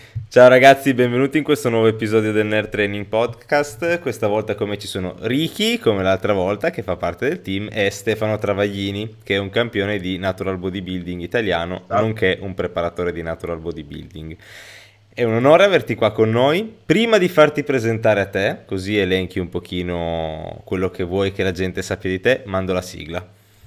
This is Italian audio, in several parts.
Ciao ragazzi, benvenuti in questo nuovo episodio del Nerd Training Podcast. Questa volta come ci sono Ricky, come l'altra volta, che fa parte del team, e Stefano Travaglini, che è un campione di natural bodybuilding italiano, Ciao. nonché un preparatore di natural bodybuilding. È un onore averti qua con noi. Prima di farti presentare a te, così elenchi un pochino quello che vuoi che la gente sappia di te, mando la sigla.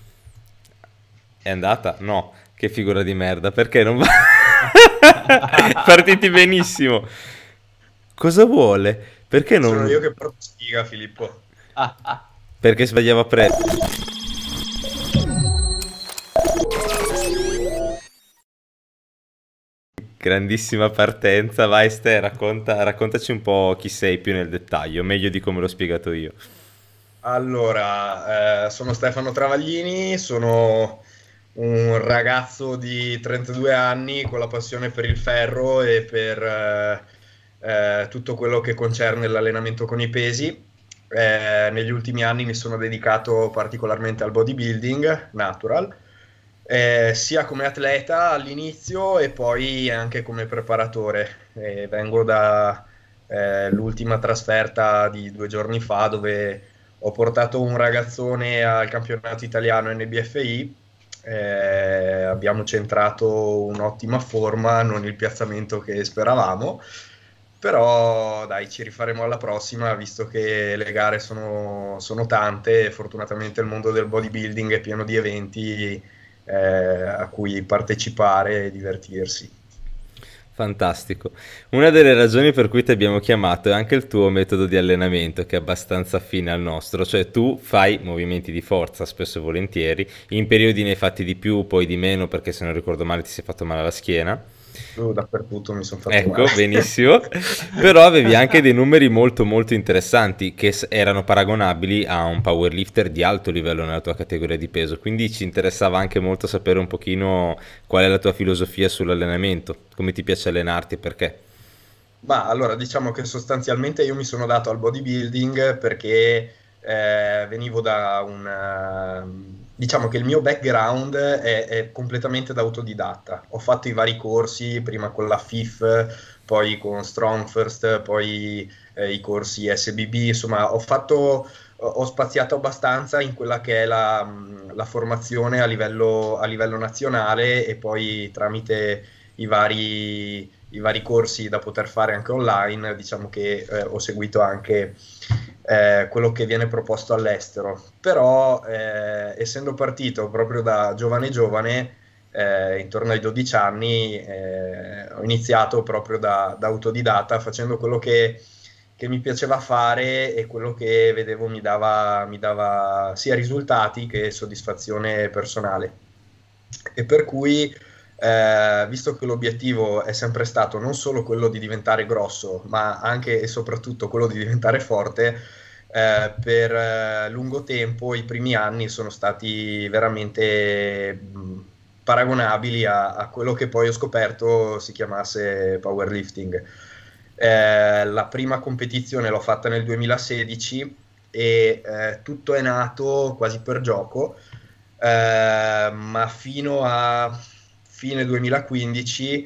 È andata? No, che figura di merda, perché non va? Partiti benissimo. Cosa vuole? Perché Sono io non... che porto sfiga, Filippo. Perché sbagliava prezzo. Grandissima partenza. Vai Ste, raccontaci un po' chi sei più nel dettaglio, meglio di come l'ho spiegato io. Allora, sono Stefano Travaglini, sono un ragazzo di 32 anni con la passione per il ferro e per tutto quello che concerne l'allenamento con i pesi. Negli ultimi anni mi sono dedicato particolarmente al bodybuilding natural, sia come atleta all'inizio e poi anche come preparatore. Vengo da l'ultima trasferta di 2 giorni fa dove ho portato un ragazzone al campionato italiano NBFI. Abbiamo centrato un'ottima forma, non il piazzamento che speravamo, però dai, ci rifaremo alla prossima, visto che le gare sono tante e fortunatamente il mondo del bodybuilding è pieno di eventi a cui partecipare e divertirsi. Fantastico. Una delle ragioni per cui ti abbiamo chiamato è anche il tuo metodo di allenamento, che è abbastanza affine al nostro, cioè tu fai movimenti di forza spesso e volentieri, in periodi ne hai fatti di più, poi di meno, perché se non ricordo male ti sei fatto male alla schiena. Dappertutto mi sono fatto Ecco, male. benissimo. Però avevi anche dei numeri molto molto interessanti che erano paragonabili a un powerlifter di alto livello nella tua categoria di peso, quindi ci interessava anche molto sapere un pochino qual è la tua filosofia sull'allenamento, come ti piace allenarti e perché. Ma allora diciamo che sostanzialmente io mi sono dato al bodybuilding perché venivo da diciamo che il mio background è completamente da autodidatta. Ho fatto i vari corsi, prima con la FIF, poi con Strong First, poi i corsi SBB, insomma ho spaziato abbastanza in quella che è la formazione a livello nazionale e poi tramite i vari corsi da poter fare anche online, diciamo che ho seguito anche quello che viene proposto all'estero. Però, essendo partito proprio da giovane giovane, intorno ai 12 anni, ho iniziato proprio da autodidatta, facendo quello che mi piaceva fare e quello che vedevo mi dava sia risultati che soddisfazione personale. E per cui, visto che l'obiettivo è sempre stato non solo quello di diventare grosso, ma anche e soprattutto quello di diventare forte, per lungo tempo i primi anni sono stati veramente paragonabili a quello che poi ho scoperto si chiamasse powerlifting. La prima competizione l'ho fatta nel 2016 e tutto è nato quasi per gioco, ma fino a fine 2015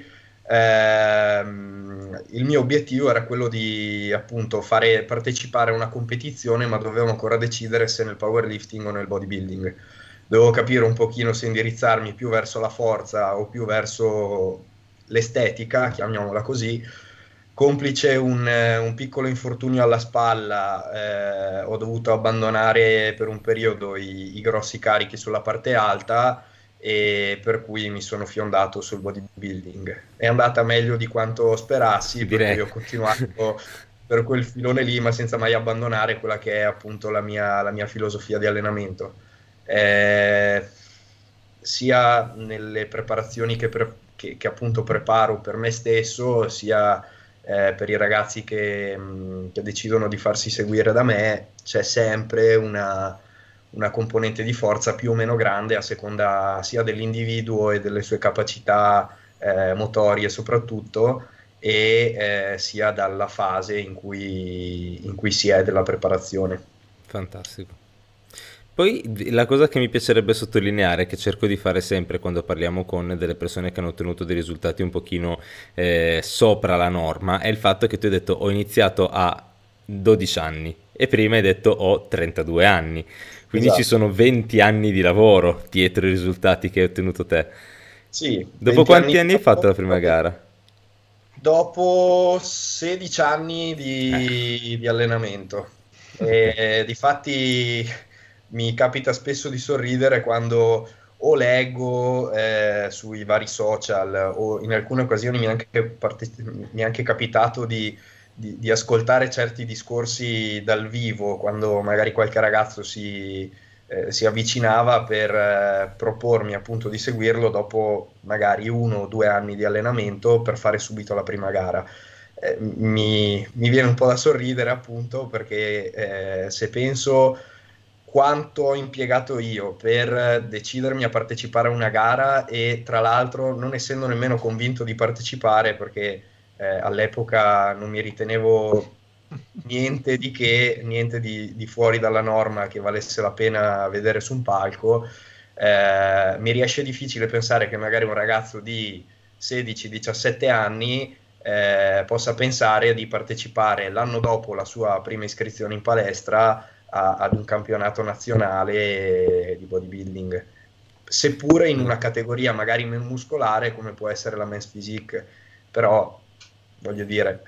il mio obiettivo era quello di appunto fare partecipare a una competizione, ma dovevo ancora decidere se nel powerlifting o nel bodybuilding. Dovevo capire un pochino se indirizzarmi più verso la forza o più verso l'estetica, chiamiamola così. Complice un piccolo infortunio alla spalla, ho dovuto abbandonare per un periodo i grossi carichi sulla parte alta e per cui mi sono fiondato sul bodybuilding. È andata meglio di quanto sperassi, per cui Direi. ho continuato per quel filone lì, ma senza mai abbandonare quella che è appunto la mia filosofia di allenamento. Eh, Sia nelle preparazioni che appunto preparo per me stesso, sia per i ragazzi che decidono di farsi seguire da me, c'è sempre una componente di forza più o meno grande a seconda sia dell'individuo e delle sue capacità motorie soprattutto, e sia dalla fase in cui si è della preparazione. Fantastico. Poi la cosa che mi piacerebbe sottolineare, che cerco di fare sempre quando parliamo con delle persone che hanno ottenuto dei risultati un pochino sopra la norma, è il fatto che tu hai detto ho iniziato a 12 anni e prima hai detto ho 32 anni. Quindi ci Esatto. sono 20 anni di lavoro dietro i risultati che hai ottenuto te. Sì, Dopo 20 anni quanti anni hai fatto dopo, la prima gara? dopo 16 anni Eh, di allenamento. E difatti mi capita spesso di sorridere quando o leggo sui vari social o in alcune occasioni mi è anche capitato di ascoltare certi discorsi dal vivo, quando magari qualche ragazzo si avvicinava per propormi appunto di seguirlo dopo magari 1 o 2 anni di allenamento per fare subito la prima gara. Mi viene un po' da sorridere appunto perché se penso quanto ho impiegato io per decidermi a partecipare a una gara e tra l'altro non essendo nemmeno convinto di partecipare perché all'epoca non mi ritenevo niente di che, niente di fuori dalla norma che valesse la pena vedere su un palco. Mi riesce difficile pensare che magari un ragazzo di 16-17 anni possa pensare di partecipare l'anno dopo la sua prima iscrizione in palestra ad un campionato nazionale di bodybuilding, seppure in una categoria magari meno muscolare come può essere la men's physique, però voglio dire,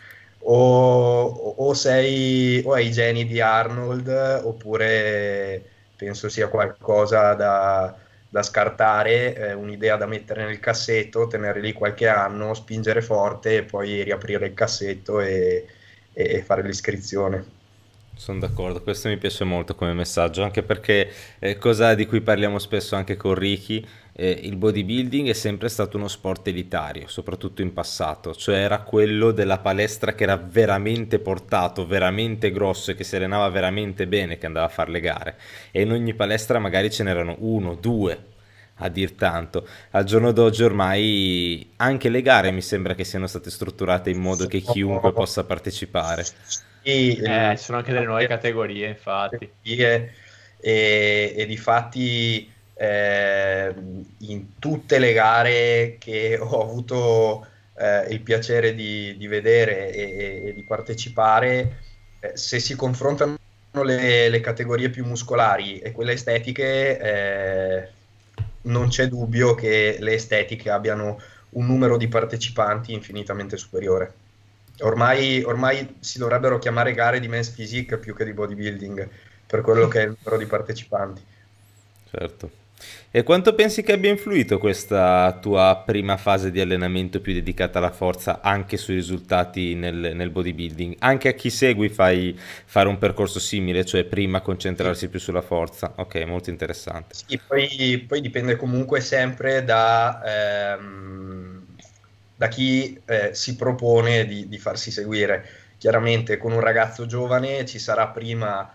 o sei o hai i geni di Arnold oppure penso sia qualcosa da scartare, un'idea da mettere nel cassetto, tenere lì qualche anno, spingere forte e poi riaprire il cassetto e fare l'iscrizione. sono d'accordo, questo mi piace molto come messaggio, anche perché cosa di cui parliamo spesso anche con Ricky, il bodybuilding è sempre stato uno sport elitario, soprattutto in passato, cioè era quello della palestra che era veramente portato, veramente grosso e che si allenava veramente bene, che andava a fare le gare. E in ogni palestra magari ce n'erano uno, due, a dir tanto. Al giorno d'oggi ormai anche le gare mi sembra che siano state strutturate in modo che chiunque Sono- possa partecipare. sì, Ci sono anche delle nuove categorie, infatti. e difatti in tutte le gare che ho avuto il piacere di vedere e di partecipare, se si confrontano le categorie più muscolari e quelle estetiche, non c'è dubbio che le estetiche abbiano un numero di partecipanti infinitamente superiore. Ormai si dovrebbero chiamare gare di men's physique più che di bodybuilding, per quello che è il numero di partecipanti. Certo. E quanto pensi che abbia influito questa tua prima fase di allenamento più dedicata alla forza anche sui risultati nel bodybuilding? Anche a chi segui fai fare un percorso simile, cioè prima Sì, concentrarsi più sulla forza? Ok, molto interessante. sì, poi dipende comunque sempre da chi si propone di farsi seguire. Chiaramente con un ragazzo giovane ci sarà prima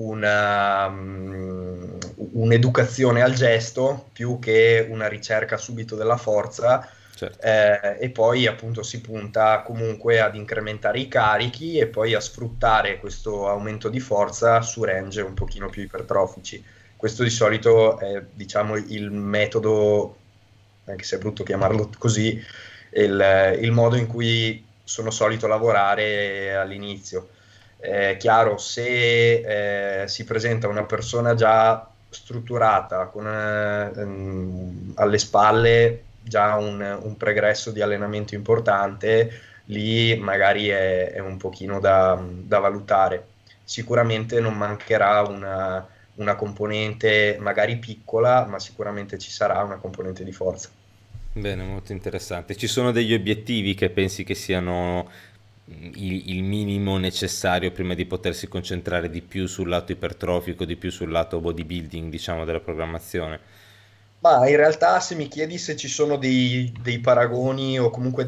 un'educazione al gesto più che una ricerca subito della forza, Certo. e poi appunto si punta comunque ad incrementare i carichi e poi a sfruttare questo aumento di forza su range un pochino più ipertrofici. Questo di solito è, diciamo, il metodo, anche se è brutto chiamarlo così, il modo in cui sono solito lavorare all'inizio. È chiaro, se si presenta una persona già strutturata, con alle spalle già un pregresso di allenamento importante, lì magari è un pochino da valutare. Sicuramente non mancherà una componente magari piccola, ma sicuramente ci sarà una componente di forza. Bene, molto interessante. Ci sono degli obiettivi che pensi che siano il minimo necessario prima di potersi concentrare di più sul lato ipertrofico, di più sul lato bodybuilding, diciamo, della programmazione? Ma in realtà se mi chiedi se ci sono dei paragoni o comunque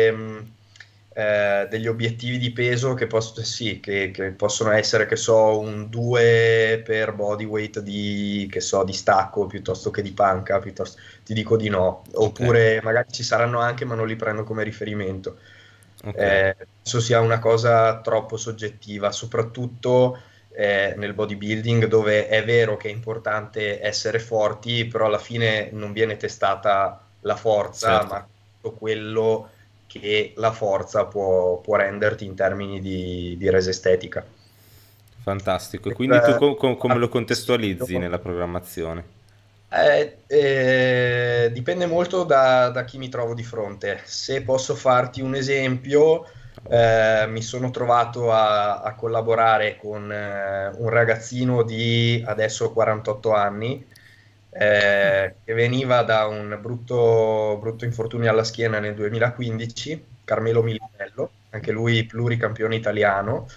degli obiettivi di peso sì, che possono essere, che so, un 2 per body weight che so, di stacco piuttosto che di panca, piuttosto, ti dico di no. Ok, Oppure magari ci saranno anche, ma non li prendo come riferimento. ok. Penso sia una cosa troppo soggettiva, soprattutto nel bodybuilding, dove è vero che è importante essere forti, però alla fine non viene testata la forza, Certo. ma tutto quello che la forza può renderti in termini di resa estetica. Fantastico. E quindi tu come lo contestualizzi Consiglio. nella programmazione? Dipende molto da chi mi trovo di fronte. Se posso farti un esempio, mi sono trovato a collaborare con un ragazzino di adesso 48 anni, che veniva da un brutto infortunio alla schiena nel 2015, Carmelo Militello, anche lui pluricampione italiano.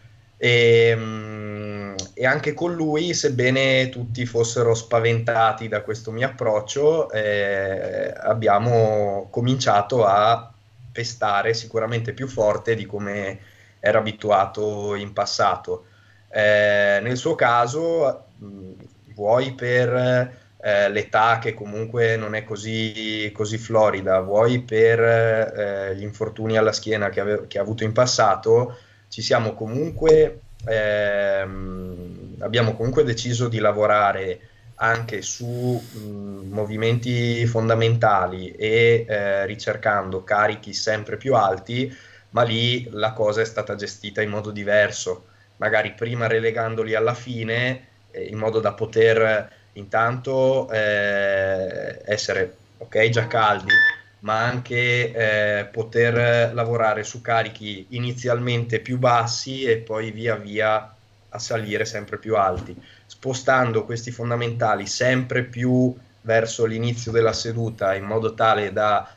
E anche con lui, sebbene tutti fossero spaventati da questo mio approccio, abbiamo cominciato a pestare sicuramente più forte di come era abituato in passato. Nel suo caso, vuoi per l'età che comunque non è così florida, vuoi per gli infortuni alla schiena che ha avuto in passato, ci siamo comunque, abbiamo comunque deciso di lavorare anche su movimenti fondamentali e ricercando carichi sempre più alti, ma lì la cosa è stata gestita in modo diverso, magari prima relegandoli alla fine, in modo da poter intanto essere ok già caldi, ma anche poter lavorare su carichi inizialmente più bassi e poi via via a salire sempre più alti, spostando questi fondamentali sempre più verso l'inizio della seduta, in modo tale da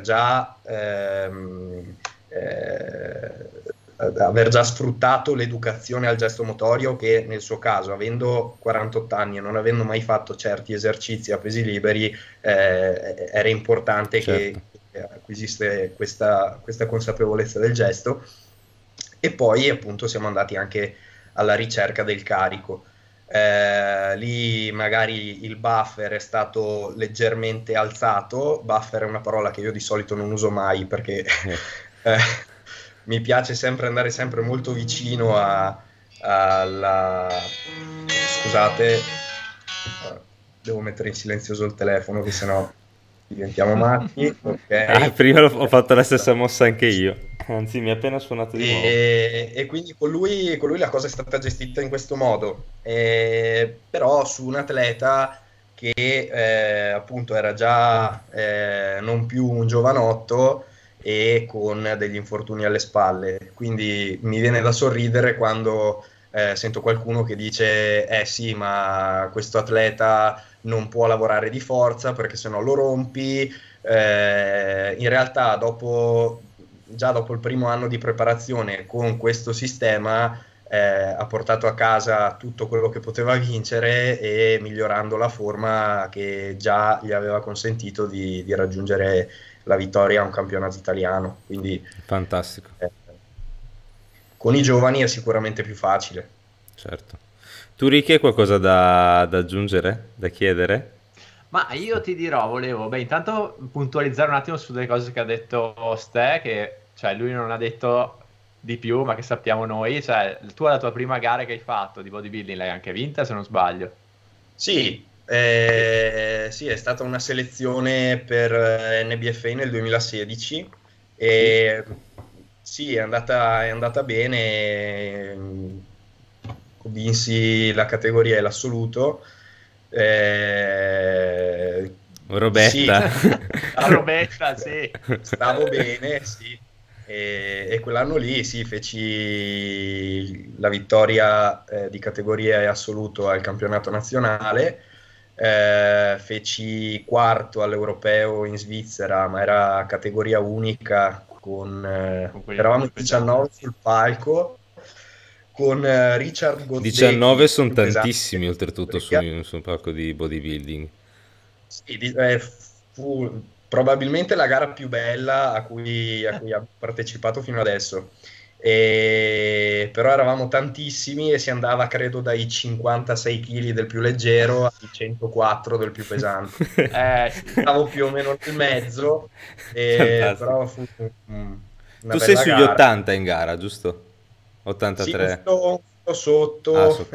aver già sfruttato l'educazione al gesto motorio, che nel suo caso, avendo 48 anni e non avendo mai fatto certi esercizi a pesi liberi, era importante Certo. che acquisisse questa consapevolezza del gesto. E poi appunto siamo andati anche alla ricerca del carico. Lì magari il buffer è stato leggermente alzato. Buffer è una parola che io di solito non uso mai, perché mi piace sempre andare sempre molto vicino alla... Scusate, devo mettere in silenzioso il telefono, che sennò diventiamo matti. Ok. Prima ho fatto la stessa mossa anche io, anzi mi ha appena suonato di nuovo. E quindi con lui la cosa è stata gestita in questo modo, però su un atleta che appunto era già non più un giovanotto e con degli infortuni alle spalle, quindi mi viene da sorridere quando sento qualcuno che dice sì, ma questo atleta non può lavorare di forza perché sennò lo rompi. In realtà già dopo il primo anno di preparazione con questo sistema ha portato a casa tutto quello che poteva vincere, e migliorando la forma che già gli aveva consentito di raggiungere la vittoria a un campionato italiano. Quindi Fantastico. con i giovani è sicuramente più facile. Certo. Tu Ricky, hai qualcosa da aggiungere, da chiedere? Ma io ti dirò, intanto puntualizzare un attimo su delle cose che ha detto Ste, che cioè lui non ha detto di più, ma che sappiamo noi. Cioè, tu la tua prima gara che hai fatto di bodybuilding l'hai anche vinta, se non sbaglio. Sì, sì, è stata una selezione per NBFA nel 2016 e sì, è andata bene, vinsi la categoria e l'assoluto. Robetta. Sì, Robetta, sì. Stavo bene, sì. E quell'anno lì sì, feci la vittoria di categoria e assoluto al campionato nazionale. Feci quarto all'europeo in Svizzera, ma era categoria unica, eravamo in 19 sul palco con Richard Gozdetti. 19 sono pesante, tantissimi oltretutto su un palco di bodybuilding. Sì, fu probabilmente la gara più bella a cui ho partecipato fino adesso. Però eravamo tantissimi e si andava, credo, dai 56 kg del più leggero ai 104 del più pesante. Stavo più o meno nel mezzo, però fu una tu bella sei sugli gara. 80 in gara, giusto? 83. Sì, un sotto, sotto.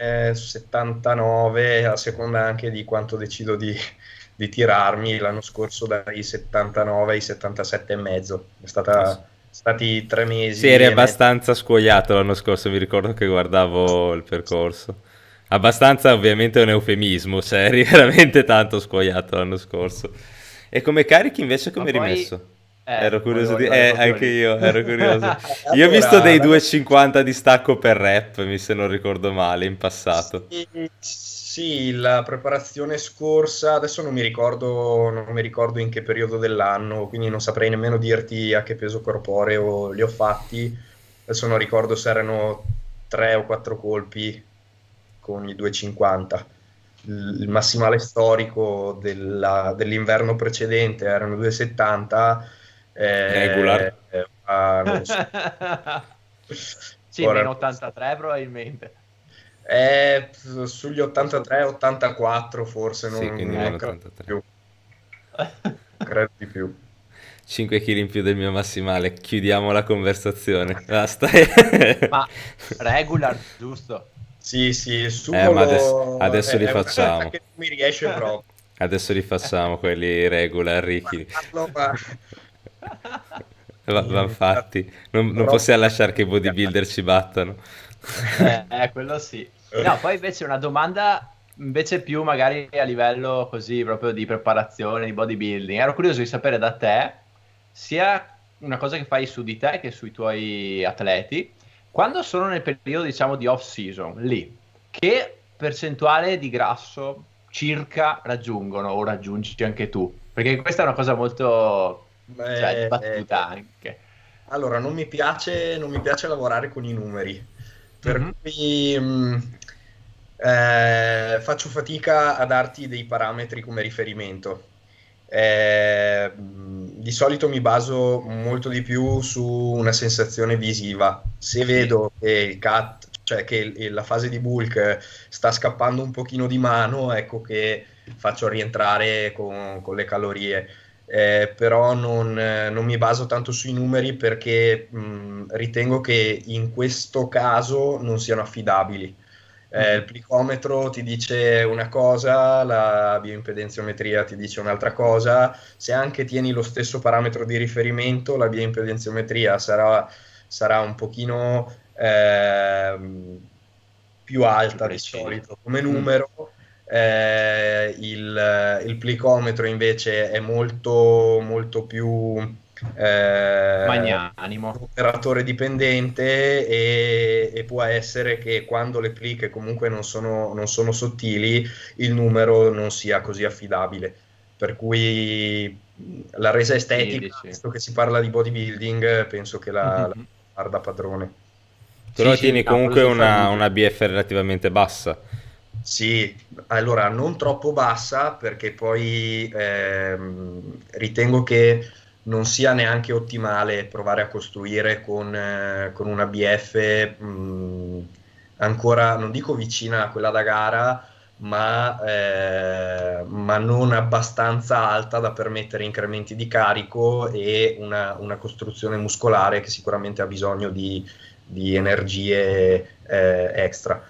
79, a seconda anche di quanto decido di tirarmi. L'anno scorso dai 79 ai 77 e mezzo. Stati 3 mesi. Sì, eri abbastanza scuoiato l'anno scorso, mi ricordo che guardavo il percorso. Abbastanza ovviamente è un eufemismo, cioè eri veramente tanto scuoiato l'anno scorso. E come carichi invece come Ma hai poi, rimesso? Ero curioso volevo di... arrivare proprio anche lì. io ero curioso. Io ho Allora, visto dei 2,50 di stacco per rep, se non ricordo male, in passato. sì, la preparazione scorsa, adesso non mi ricordo in che periodo dell'anno, quindi non saprei nemmeno dirti a che peso corporeo li ho fatti. Adesso non ricordo se erano 3 o 4 colpi con i 2,50. Il massimale storico dell'inverno precedente erano 2,70. Regular. Non lo so. Sì, Ora, meno 83 probabilmente. sugli 83-84 forse, Sì, non, quindi non meno credo 83. di più. Credo di più. 5 kg in più del mio massimale. Chiudiamo la conversazione. Basta. Ma regular, giusto? Sì, sì, il Ma sumo adesso li è una cosa facciamo. che non mi riesce proprio. Adesso li facciamo quelli regular, Ricky. Guardarlo, ma Van fatti. Non troppo possiamo lasciare che i fatica. bodybuilder ci battano. Quello sì. No, poi invece una domanda invece più magari a livello così proprio di preparazione, di bodybuilding. Ero curioso di sapere da te sia una cosa che fai su di te che sui tuoi atleti, quando sono nel periodo diciamo di off season, lì, che percentuale di grasso circa raggiungono o raggiungi anche tu? Perché questa è una cosa molto, cioè, dibattuta anche. Allora, non mi piace lavorare con i numeri, per Mhm. cui faccio fatica a darti dei parametri come riferimento. Di solito mi baso molto di più su una sensazione visiva. Se Sì. vedo che il cut, cioè che la fase di bulk sta scappando un pochino di mano, ecco che faccio rientrare con le calorie. Però non mi baso tanto sui numeri perché ritengo che in questo caso non siano affidabili. Il plicometro ti dice una cosa, la bioimpedenziometria ti dice un'altra cosa. Se anche tieni lo stesso parametro di riferimento, la bioimpedenziometria sarà un pochino più alta di Preciso. solito come numero. Il plicometro invece è molto, molto più Magnanimo. operatore dipendente e può essere che quando le pliche comunque non sono sottili, il numero non sia così affidabile. Per cui la resa estetica, Sì. visto che si parla di bodybuilding, penso che la Mhm. guarda padrone. Però Sì, tieni no, quello comunque senza dubbio. una BF relativamente bassa. Sì, allora non troppo bassa perché poi ritengo che non sia neanche ottimale provare a costruire con una BF ancora, non dico vicina a quella da gara, ma non abbastanza alta da permettere incrementi di carico e una costruzione muscolare che sicuramente ha bisogno di energie extra.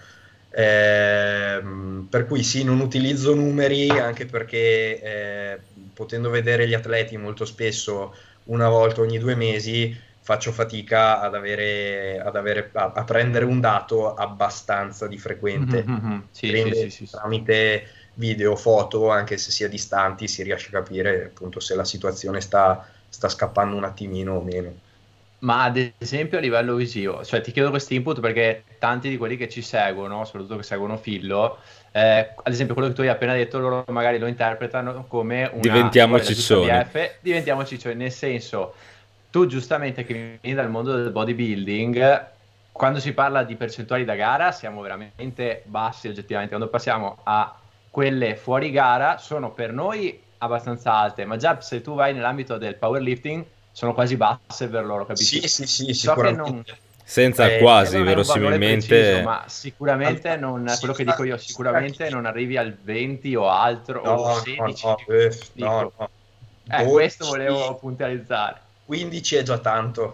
Per cui sì, non utilizzo numeri anche perché potendo vedere gli atleti molto spesso una volta ogni 2 mesi faccio fatica a prendere un dato abbastanza di frequente. Mhm. Sì. Tramite video, foto, anche se si è distanti, si riesce a capire appunto se la situazione sta scappando un attimino o meno. Ma ad esempio a livello visivo, cioè ti chiedo questi input perché tanti di quelli che ci seguono, soprattutto che seguono Fillo, ad esempio quello che tu hai appena detto, loro magari lo interpretano come una Diventiamo ci vuole la giusta ciccioni. BF, diventiamo ciccioni, nel senso, tu giustamente che vieni dal mondo del bodybuilding, quando si parla di percentuali da gara siamo veramente bassi oggettivamente, quando passiamo a quelle fuori gara sono per noi abbastanza alte, ma già se tu vai nell'ambito del powerlifting sono quasi basse per loro, capisci? Sì, So che non, sicuramente. Senza il Eh, quasi, non è un valore preciso, verosimilmente. ma sicuramente non, quello che dico io, sicuramente non arrivi al 20 o altro, No, o no, 16, no, no, dico. no. Questo 12, volevo puntualizzare. 15 è già tanto.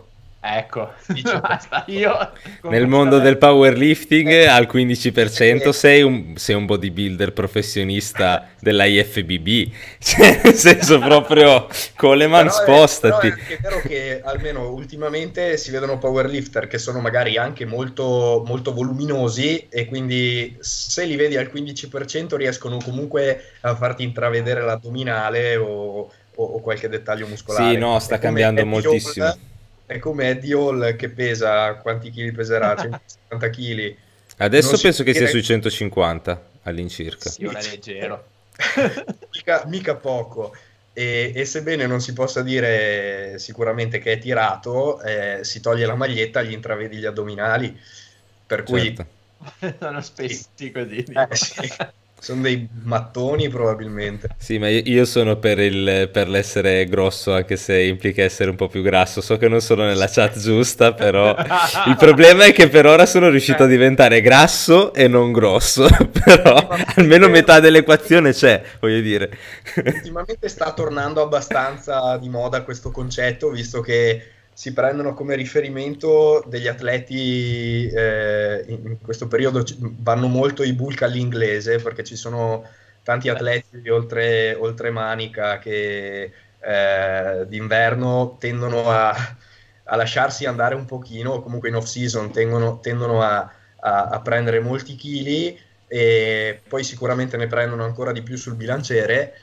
Ecco, Dice- basta, io Nel mondo del powerlifting al 15% sei un bodybuilder professionista della IFBB, cioè nel senso proprio Coleman Però è spostati. anche vero che almeno ultimamente si vedono powerlifter che sono magari anche molto, molto voluminosi e quindi se li vedi al 15% riescono comunque a farti intravedere l'addominale o qualche dettaglio Sì, muscolare. no, sta cambiando moltissimo. È come Eddie Hall che pesa, quanti chili peserà? 150 kg. Non Adesso si penso può che sia dire sui 150 all'incirca. sì, ora è leggero. mica poco. E sebbene non si possa dire sicuramente che è tirato, si toglie la maglietta, gli intravedi gli addominali. Per cui Certo. Sono sì, spessi così. sì, sono dei mattoni probabilmente. Sì, ma io sono per l'essere grosso, anche se implica essere un po' più grasso. So che non sono nella chat giusta, però il problema è che per ora sono riuscito a diventare grasso e non grosso. Però almeno metà dell'equazione c'è, voglio dire. Ultimamente sta tornando abbastanza di moda questo concetto, visto che si prendono come riferimento degli atleti in questo periodo vanno molto i bulk all'inglese perché ci sono tanti atleti oltre manica che d'inverno tendono a lasciarsi andare un pochino, o comunque in off season tendono a prendere molti chili e poi sicuramente ne prendono ancora di più sul bilanciere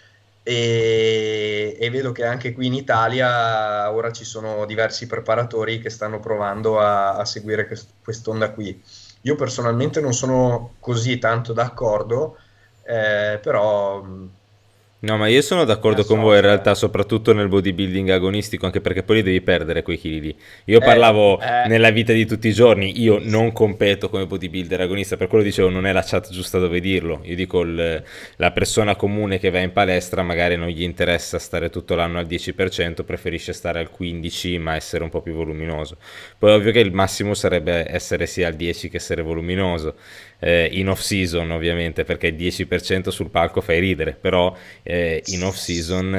e vedo che anche qui in Italia ora ci sono diversi preparatori che stanno provando a seguire quest'onda qui. Io personalmente non sono così tanto d'accordo, però No, ma io sono d'accordo con voi in associo, realtà, soprattutto nel bodybuilding agonistico, anche perché poi li devi perdere quei chili lì. Io parlavo Eh, nella vita di tutti i giorni, io non competo come bodybuilder agonista, per quello dicevo non è la chat giusta dove dirlo. Io dico la persona comune che va in palestra magari non gli interessa stare tutto l'anno al 10%, preferisce stare al 15% ma essere un po' più voluminoso. Poi ovvio che il massimo sarebbe essere sia al 10 che essere voluminoso. In off season ovviamente perché il 10% sul palco fai ridere, però in off season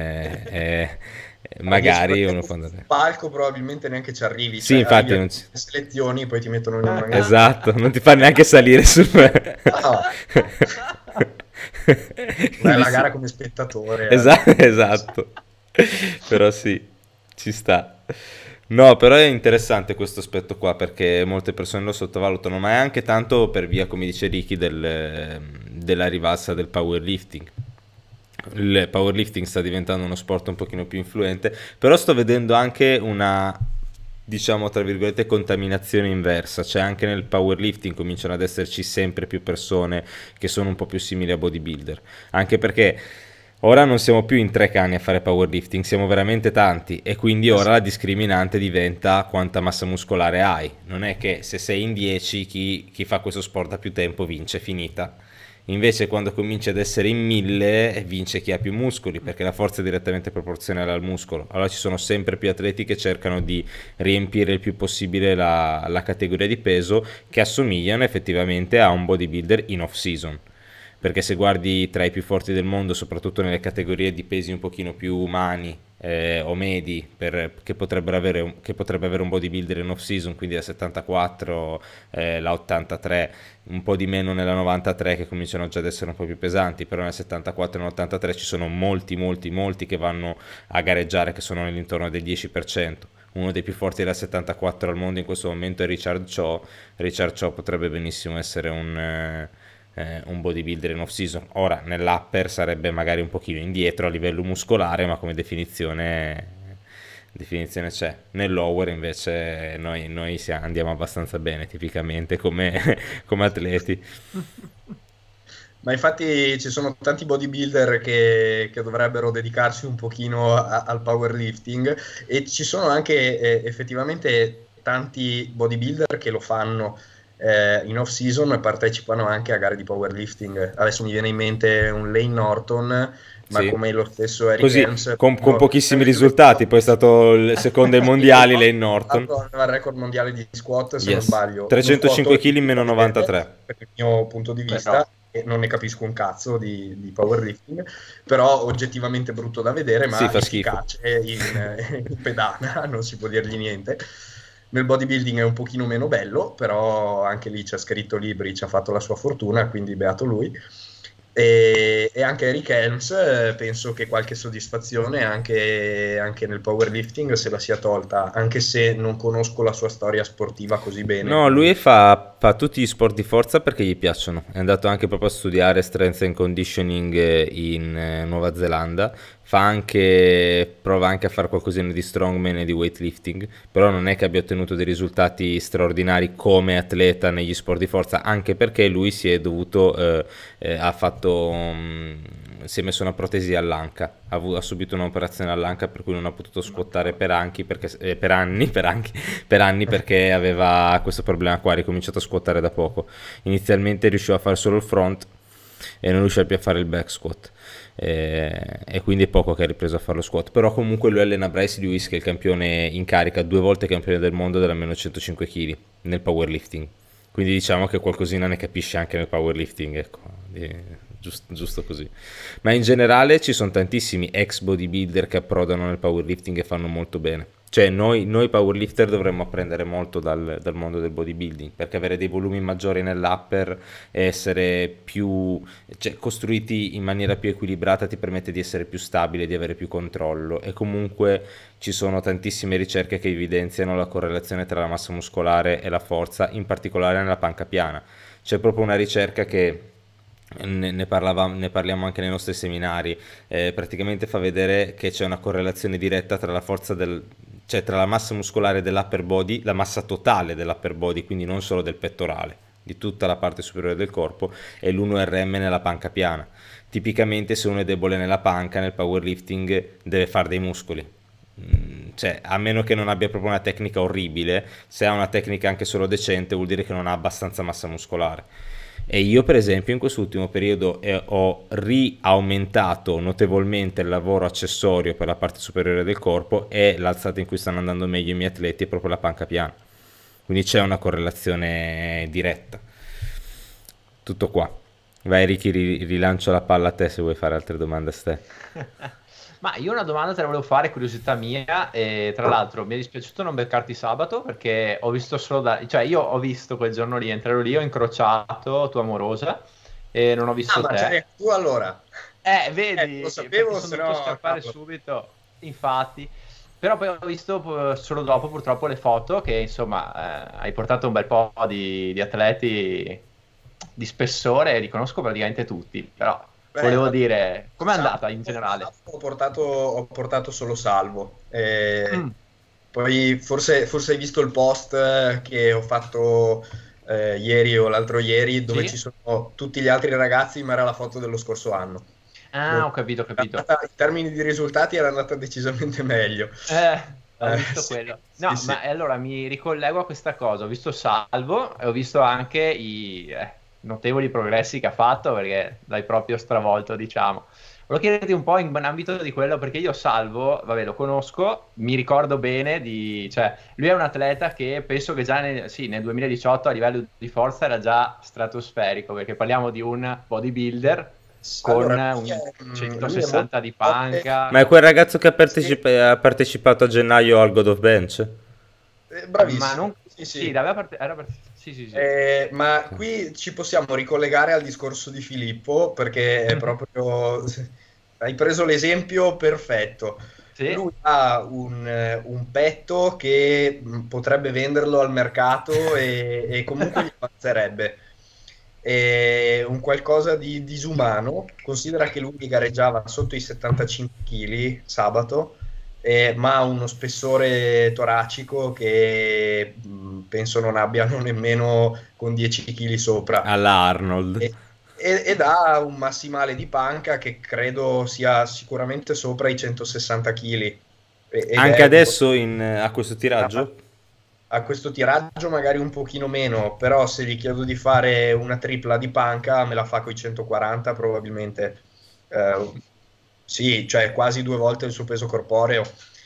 magari uno fa andare. palco probabilmente neanche ci arrivi, Sì, cioè arrivi infatti alle non ci... selezioni poi ti mettono in una Esatto, non ti fa neanche salire sul... No. Vai alla gara come spettatore. Esatto, esatto. Però sì, ci sta. No, però è interessante questo aspetto qua perché molte persone lo sottovalutano, ma è anche tanto per via, come dice Ricky, della rivalsa del powerlifting. Il powerlifting sta diventando uno sport un pochino più influente, però sto vedendo anche una, diciamo, tra virgolette, contaminazione inversa, cioè anche nel powerlifting cominciano ad esserci sempre più persone che sono un po' più simili a bodybuilder, anche perché ora non siamo più in 3 cani a fare powerlifting, siamo veramente tanti e quindi ora la discriminante diventa quanta massa muscolare hai. Non è che se sei in 10 chi fa questo sport da più tempo vince, finita. Invece quando cominci ad essere in 1000 vince chi ha più muscoli perché la forza è direttamente proporzionale al muscolo. Allora ci sono sempre più atleti che cercano di riempire il più possibile la categoria di peso che assomigliano effettivamente a un bodybuilder in off season. Perché se guardi tra i più forti del mondo, soprattutto nelle categorie di pesi un pochino più umani o medi, che potrebbe avere un bodybuilder in off season, quindi la 74, la 83, un po' di meno nella 93 che cominciano già ad essere un po' più pesanti, però nel 74 e nell'83 ci sono molti che vanno a gareggiare che sono nell'intorno del 10%. Uno dei più forti della 74 al mondo in questo momento è Richard Cho. Richard Cho potrebbe benissimo essere un bodybuilder in off season. Ora nell'upper sarebbe magari un pochino indietro a livello muscolare, ma come definizione c'è. Nel lower invece noi andiamo abbastanza bene tipicamente come atleti. Ma infatti ci sono tanti bodybuilder che dovrebbero dedicarsi un pochino al powerlifting e ci sono anche effettivamente tanti bodybuilder che lo fanno in off season e partecipano anche a gare di powerlifting. Adesso mi viene in mente un Lane Norton, ma Sì. come lo stesso Eric Così, Helms, con pochissimi risultati, poi è stato il secondo ai mondiali Lane Norton. aveva il record mondiale di squat se non Yes. sbaglio 305 uno squat kg in meno 93. per il mio punto di vista Però non ne capisco un cazzo di powerlifting, però oggettivamente brutto da vedere, ma Sì, fa schifo. efficace in pedana, non si può dirgli niente. Nel bodybuilding è un pochino meno bello, però anche lì c'è scritto libri, ci ha fatto la sua fortuna, quindi beato lui. E anche Eric Helms, penso che qualche soddisfazione anche nel powerlifting se la sia tolta, anche se non conosco la sua storia sportiva così bene. No, Quindi lui fa tutti gli sport di forza perché gli piacciono. È andato anche proprio a studiare strength and conditioning in Nuova Zelanda. Prova anche a fare qualcosina di strongman e di weightlifting, però non è che abbia ottenuto dei risultati straordinari come atleta negli sport di forza, anche perché lui si è dovuto, si è messo una protesi all'anca, ha subito un'operazione all'anca per cui non ha potuto squattare per anni perché aveva questo problema qua, ha ricominciato a squattare da poco. Inizialmente riusciva a fare solo il front e non riusciva più a fare il back squat. E quindi è poco che ha ripreso a fare lo squat, però comunque lui allena Bryce Lewis, che è il campione in carica, 2 volte campione del mondo della meno 105 kg nel powerlifting, quindi diciamo che qualcosina ne capisce anche nel powerlifting, ecco, giusto così. Ma in generale ci sono tantissimi ex bodybuilder che approdano nel powerlifting e fanno molto bene. Cioè noi powerlifter dovremmo apprendere molto dal mondo del bodybuilding, perché avere dei volumi maggiori nell'upper e essere più, cioè, costruiti in maniera più equilibrata ti permette di essere più stabile, di avere più controllo, e comunque ci sono tantissime ricerche che evidenziano la correlazione tra la massa muscolare e la forza, in particolare nella panca piana. C'è proprio una ricerca che ne parliamo anche nei nostri seminari, praticamente fa vedere che c'è una correlazione diretta tra la forza cioè tra la massa muscolare dell'upper body, la massa totale dell'upper body, quindi non solo del pettorale, di tutta la parte superiore del corpo, e l'1RM nella panca piana. Tipicamente se uno è debole nella panca, nel powerlifting deve fare dei muscoli. Cioè, a meno che non abbia proprio una tecnica orribile, se ha una tecnica anche solo decente vuol dire che non ha abbastanza massa muscolare. E io per esempio in quest'ultimo periodo ho riaumentato notevolmente il lavoro accessorio per la parte superiore del corpo, e l'alzata in cui stanno andando meglio i miei atleti è proprio la panca piana, quindi c'è una correlazione diretta. Tutto qua. Vai Ricky, rilancio la palla a te se vuoi fare altre domande a ste. Ma io una domanda te la volevo fare, curiosità mia, e tra l'altro mi è dispiaciuto non beccarti sabato perché ho visto cioè io ho visto quel giorno lì, entrare lì, ho incrociato tua amorosa e non ho visto ma te. c'eri tu allora. Vedi, lo sapevo, perché sono dovuto scappare subito, infatti. Però poi ho visto solo dopo purtroppo le foto che insomma hai portato un bel po' di atleti di spessore, li conosco praticamente tutti, però volevo dire, com'è andata in generale? Ho portato solo Salvo. Poi forse hai visto il post che ho fatto ieri o l'altro ieri, dove Sì? ci sono tutti gli altri ragazzi, ma era la foto dello scorso anno. Ah, ho capito. In termini di risultati era andata decisamente meglio. Ho visto Sì, quello. No, sì. ma allora mi ricollego a questa cosa. Ho visto Salvo e ho visto anche i notevoli progressi che ha fatto, perché l'hai proprio stravolto, diciamo. Volevo chiederti un po' in ambito di quello, perché io Salvo, vabbè, lo conosco, mi ricordo bene cioè, lui è un atleta che penso che già nel 2018 a livello di forza era già stratosferico, perché parliamo di un bodybuilder con Allora, un 160 di panca. Ma è quel ragazzo che Sì, ha partecipato a gennaio al God of Bench? Ma bravissimo. non... Sì. Sì, sì. Ma qui ci possiamo ricollegare al discorso di Filippo, perché è proprio hai preso l'esempio perfetto. Sì. Lui ha un petto che potrebbe venderlo al mercato e comunque gli passerebbe. È un qualcosa di disumano. Considera che lui gareggiava sotto i 75 kg sabato, ma ha uno spessore toracico che penso non abbiano nemmeno con 10 kg sopra. Alla Arnold. Ed ha un massimale di panca che credo sia sicuramente sopra i 160 kg. Anche adesso a questo tiraggio? A questo tiraggio magari un pochino meno, però se gli chiedo di fare una tripla di panca me la fa coi 140 probabilmente. Sì, cioè quasi 2 volte il suo peso corporeo.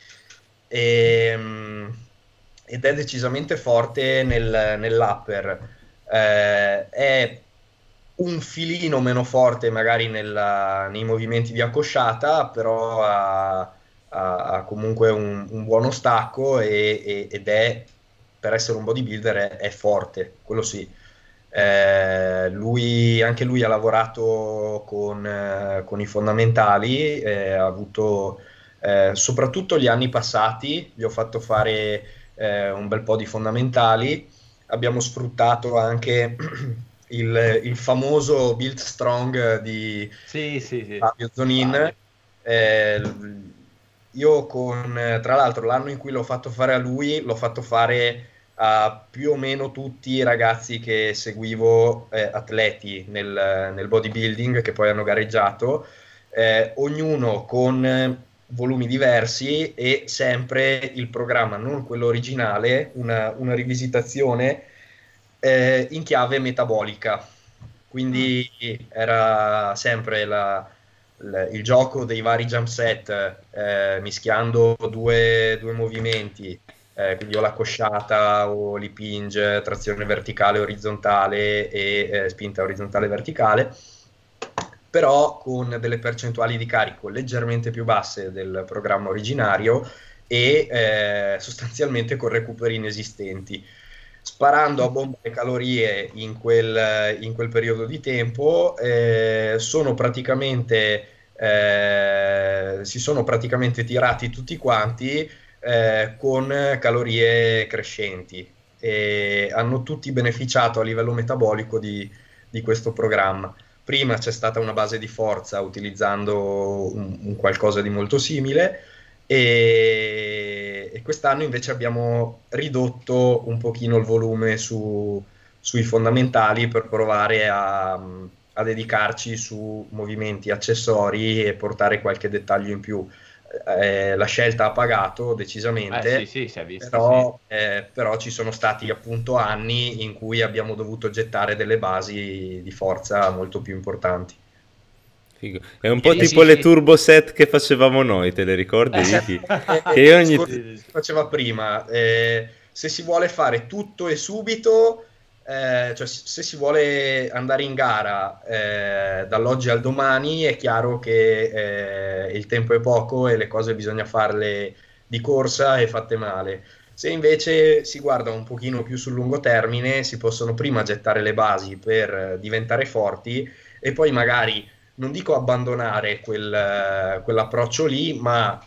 Ed è decisamente forte nell'upper. È un filino meno forte magari nei movimenti di accosciata, però ha comunque un buono stacco ed è, per essere un bodybuilder, è forte, quello sì. Anche lui ha lavorato con i fondamentali, ha avuto soprattutto gli anni passati, gli ho fatto fare un bel po' di fondamentali. Abbiamo sfruttato anche il famoso Build Strong di Sì, sì, sì. Fabio Zonin. Fabio. Eh, io tra l'altro, l'anno in cui l'ho fatto fare a lui, l'ho fatto fare a più o meno tutti i ragazzi che seguivo, atleti nel bodybuilding, che poi hanno gareggiato, ognuno con volumi diversi e sempre il programma, non quello originale, una rivisitazione in chiave metabolica. Quindi era sempre il gioco dei vari jump set, mischiando due movimenti, quindi o la cosciata o l'hip hinge, trazione verticale orizzontale e spinta orizzontale verticale, però con delle percentuali di carico leggermente più basse del programma originario e sostanzialmente con recuperi inesistenti. Sparando a bomba le calorie in quel periodo di tempo, si sono praticamente tirati tutti quanti con calorie crescenti e hanno tutti beneficiato a livello metabolico di questo programma. Prima c'è stata una base di forza utilizzando un qualcosa di molto simile e quest'anno invece abbiamo ridotto un pochino il volume sui fondamentali per provare a dedicarci su movimenti accessori e portare qualche dettaglio in più. La scelta ha pagato decisamente, Sì, sì, si è visto, sì. però ci sono stati appunto anni in cui abbiamo dovuto gettare delle basi di forza molto più importanti. Figo. È un po' Ieri Sì, tipo le sì. turbo set che facevamo noi, te le ricordi, Ricky? Che io il ogni... discorso Sì, che sì, si faceva prima, se si vuole fare tutto e subito, cioè se si vuole andare in gara dall'oggi al domani, è chiaro che il tempo è poco e le cose bisogna farle di corsa e fatte male. Se invece si guarda un pochino più sul lungo termine, si possono prima gettare le basi per diventare forti e poi magari non dico abbandonare quell'approccio lì, ma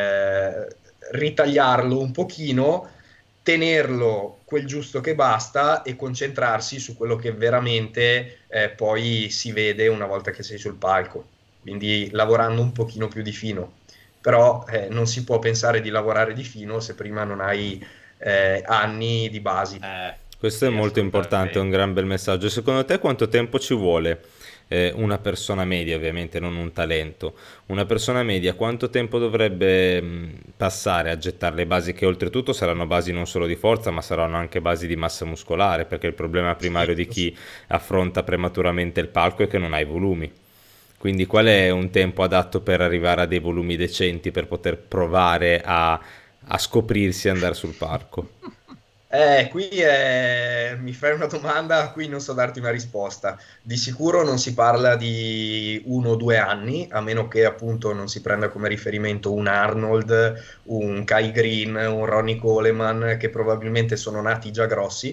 ritagliarlo un pochino, tenerlo quel giusto che basta e concentrarsi su quello che veramente poi si vede una volta che sei sul palco. Quindi lavorando un pochino più di fino. Però non si può pensare di lavorare di fino se prima non hai anni di basi. Questo è sì, molto importante, è un assolutamente. gran bel messaggio. Secondo te quanto tempo ci vuole una persona media, ovviamente non un talento, una persona media quanto tempo dovrebbe passare a gettare le basi che oltretutto saranno basi non solo di forza, ma saranno anche basi di massa muscolare, perché il problema Sì, primario di chi affronta prematuramente il palco è che non ha i volumi. Quindi qual è un tempo adatto per arrivare a dei volumi decenti per poter provare a scoprirsi e andare sul palco? Qui mi fai una domanda a cui non so darti una risposta. Di sicuro non si parla di 1 o 2 anni, a meno che appunto non si prenda come riferimento un Arnold, un Kai Green, un Ronnie Coleman, che probabilmente sono nati già grossi.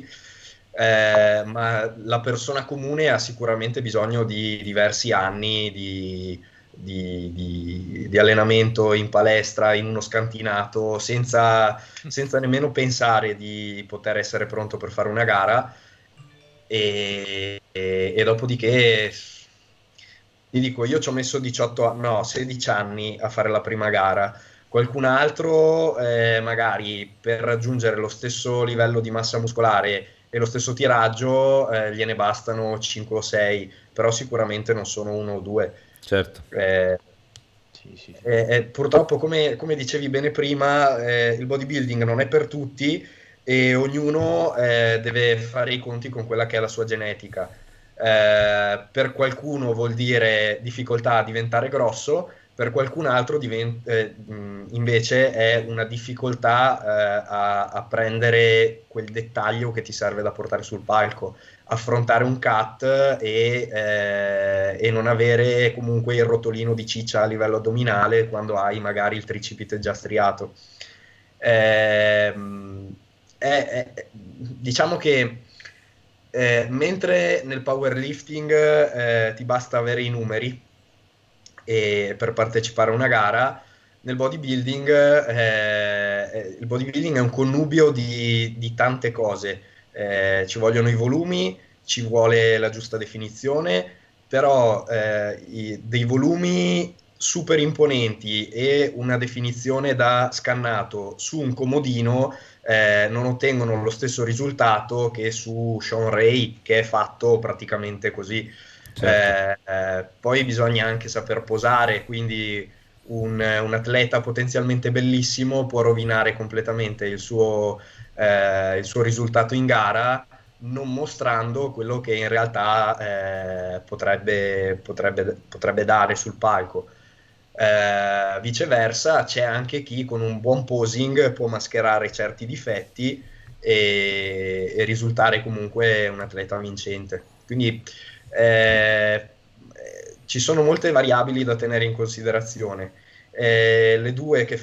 Ma la persona comune ha sicuramente bisogno di diversi anni di allenamento in palestra, in uno scantinato, senza nemmeno pensare di poter essere pronto per fare una gara e dopodiché ti dico, io ci ho messo 16 anni a fare la prima gara. Qualcun altro, magari per raggiungere lo stesso livello di massa muscolare e lo stesso tiraggio, gliene bastano 5 o 6, però sicuramente non sono 1 o 2. Certo. Eh, Sì, sì, sì. Purtroppo, come dicevi bene prima, il bodybuilding non è per tutti e ognuno deve fare i conti con quella che è la sua genetica. Per qualcuno vuol dire difficoltà a diventare grosso, per qualcun altro invece è una difficoltà a prendere quel dettaglio che ti serve da portare sul palco, affrontare un cut e non avere comunque il rotolino di ciccia a livello addominale quando hai magari il tricipite già striato. Diciamo che mentre nel powerlifting ti basta avere i numeri per partecipare a una gara, nel bodybuilding il bodybuilding è un connubio di tante cose. Ci vogliono i volumi, ci vuole la giusta definizione, però dei volumi super imponenti e una definizione da scannato su un comodino non ottengono lo stesso risultato che su Sean Ray, che è fatto praticamente così. Certo. Poi bisogna anche saper posare, quindi un atleta potenzialmente bellissimo può rovinare completamente il suo risultato in gara, non mostrando quello che in realtà potrebbe dare sul palco. Viceversa, c'è anche chi con un buon posing può mascherare certi difetti e risultare comunque un atleta vincente. Quindi ci sono molte variabili da tenere in considerazione. Le due che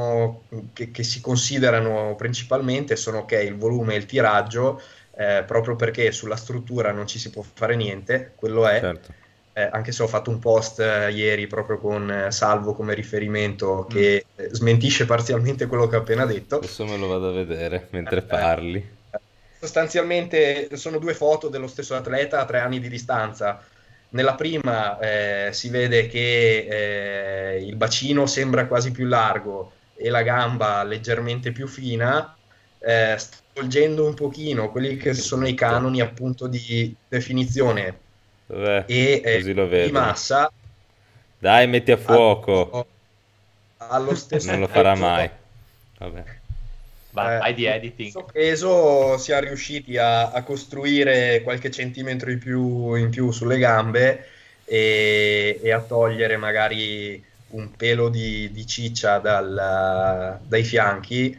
si considerano principalmente sono il volume e il tiraggio, proprio perché sulla struttura non ci si può fare niente, quello è. Certo. Anche se ho fatto un post ieri proprio con Salvo come riferimento che smentisce parzialmente quello che ho appena detto. Adesso me lo vado a vedere mentre parli. Sostanzialmente sono due foto dello stesso atleta a 3 anni di distanza. Nella prima si vede che il bacino sembra quasi più largo e la gamba leggermente più fina, svolgendo un pochino quelli che sono i canoni appunto di definizione così lo vedo. Di massa. Dai, metti a fuoco. Allo stesso non lo farà mai. Vabbè. Vai di editing. In questo peso si è riusciti a costruire qualche centimetro in più sulle gambe e a togliere magari un pelo di ciccia dai fianchi,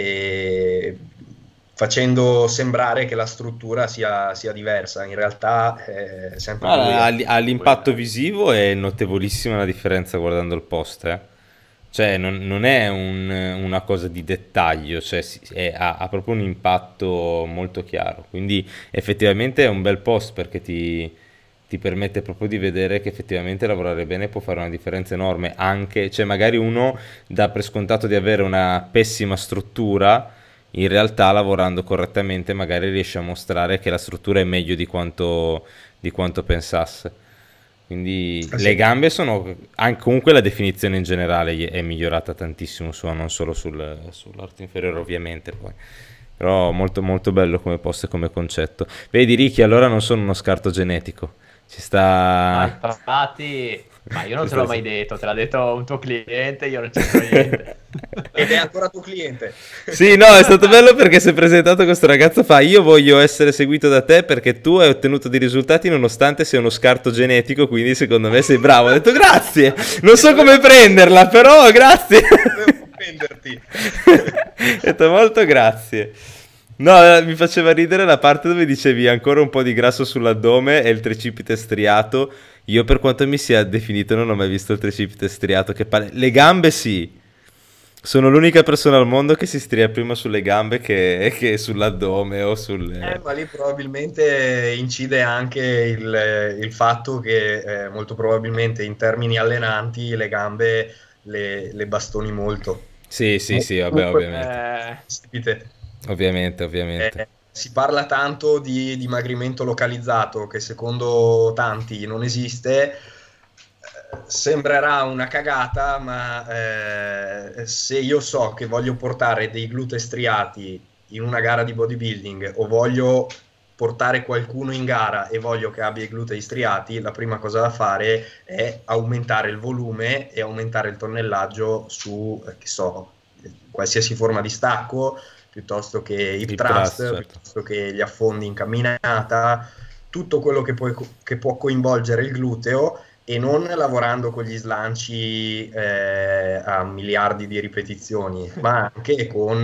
e facendo sembrare che la struttura sia diversa. In realtà è sempre all'impatto visivo è notevolissima la differenza guardando il post, Cioè non è una cosa di dettaglio, cioè ha proprio un impatto molto chiaro, quindi effettivamente è un bel post perché ti permette proprio di vedere che effettivamente lavorare bene può fare una differenza enorme, anche, cioè magari uno dà per scontato di avere una pessima struttura, in realtà lavorando correttamente magari riesce a mostrare che la struttura è meglio di quanto pensasse. Quindi le gambe sono, comunque la definizione in generale è migliorata tantissimo, non solo sull'arto inferiore ovviamente poi. Però molto molto bello come post e come concetto. Vedi Ricky, allora non sono uno scarto genetico, ci sta... Ma io non te l'ho mai detto, te l'ha detto un tuo cliente, io non c'entro niente. Ed è ancora tuo cliente. Sì, no, è stato bello perché si è presentato questo ragazzo, io voglio essere seguito da te perché tu hai ottenuto dei risultati nonostante sia uno scarto genetico, quindi secondo me sei bravo. Ho detto grazie, non so come prenderla, però grazie. Devo prenderti. Ho detto molto grazie. No, mi faceva ridere la parte dove dicevi ancora un po' di grasso sull'addome e il tricipite striato. Io, per quanto mi sia definito, non ho mai visto il tricipite striato. Le gambe sì. Sono l'unica persona al mondo che si stria prima sulle gambe che sull'addome o sulle... Ma lì probabilmente incide anche il fatto che molto probabilmente in termini allenanti le gambe le bastoni molto. Sì, vabbè, ovviamente. Ovviamente. Si parla tanto di dimagrimento localizzato, che secondo tanti non esiste. Sembrerà una cagata, ma se io so che voglio portare dei glutei striati in una gara di bodybuilding o voglio portare qualcuno in gara e voglio che abbia i glutei striati, la prima cosa da fare è aumentare il volume e aumentare il tonnellaggio su, qualsiasi forma di stacco, piuttosto che hip thrust, certo. Piuttosto che gli affondi in camminata, tutto quello che può coinvolgere il gluteo e non lavorando con gli slanci a miliardi di ripetizioni, ma anche con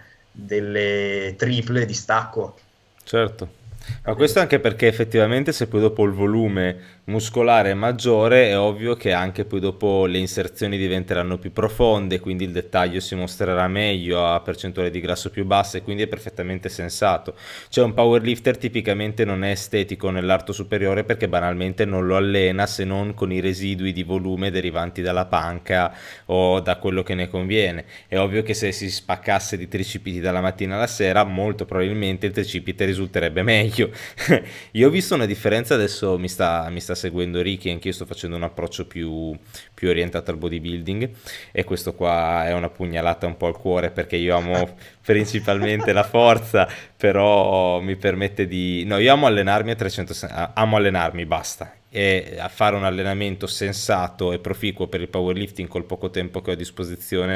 delle triple di stacco. Certo, ma questo anche perché effettivamente se poi dopo il volume muscolare è maggiore, è ovvio che anche poi dopo le inserzioni diventeranno più profonde, quindi il dettaglio si mostrerà meglio a percentuale di grasso più basse, quindi è perfettamente sensato. Cioè un powerlifter tipicamente non è estetico nell'arto superiore perché banalmente non lo allena se non con i residui di volume derivanti dalla panca o da quello che ne conviene. È ovvio che se si spaccasse di tricipiti dalla mattina alla sera, molto probabilmente il tricipite risulterebbe meglio. Io ho visto una differenza, adesso mi sta seguendo Ricky, anch'io sto facendo un approccio più orientato al bodybuilding e questo qua è una pugnalata un po' al cuore perché io amo principalmente la forza, però mi permette di... No, io amo allenarmi a 300, amo allenarmi, basta. E a fare un allenamento sensato e proficuo per il powerlifting col poco tempo che ho a disposizione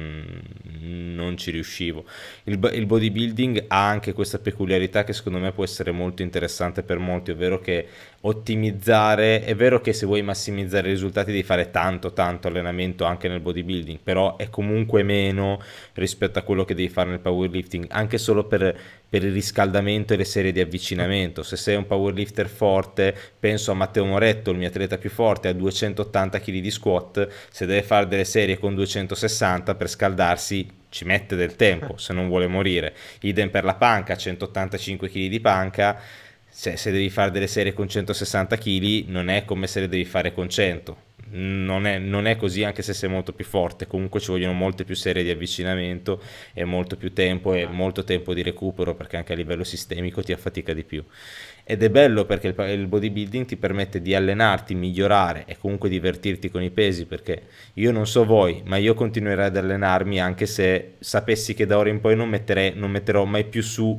non ci riuscivo. Il bodybuilding ha anche questa peculiarità che secondo me può essere molto interessante per molti, ovvero che ottimizzare, è vero che se vuoi massimizzare i risultati devi fare tanto allenamento anche nel bodybuilding, però è comunque meno rispetto a quello che devi fare nel powerlifting, anche solo per il riscaldamento e le serie di avvicinamento. Se sei un powerlifter forte, penso a Matteo Moretto, il mio atleta più forte, a 280 kg di squat, se deve fare delle serie con 260 per scaldarsi ci mette del tempo se non vuole morire. Idem per la panca, 185 kg di panca, se devi fare delle serie con 160 kg non è come se le devi fare con 100. Non è così anche se sei molto più forte, comunque ci vogliono molte più serie di avvicinamento e molto più tempo e molto tempo di recupero perché anche a livello sistemico ti affatica di più. Ed è bello perché il bodybuilding ti permette di allenarti, migliorare e comunque divertirti con i pesi, perché io non so voi, ma io continuerei ad allenarmi anche se sapessi che da ora in poi non metterò mai più su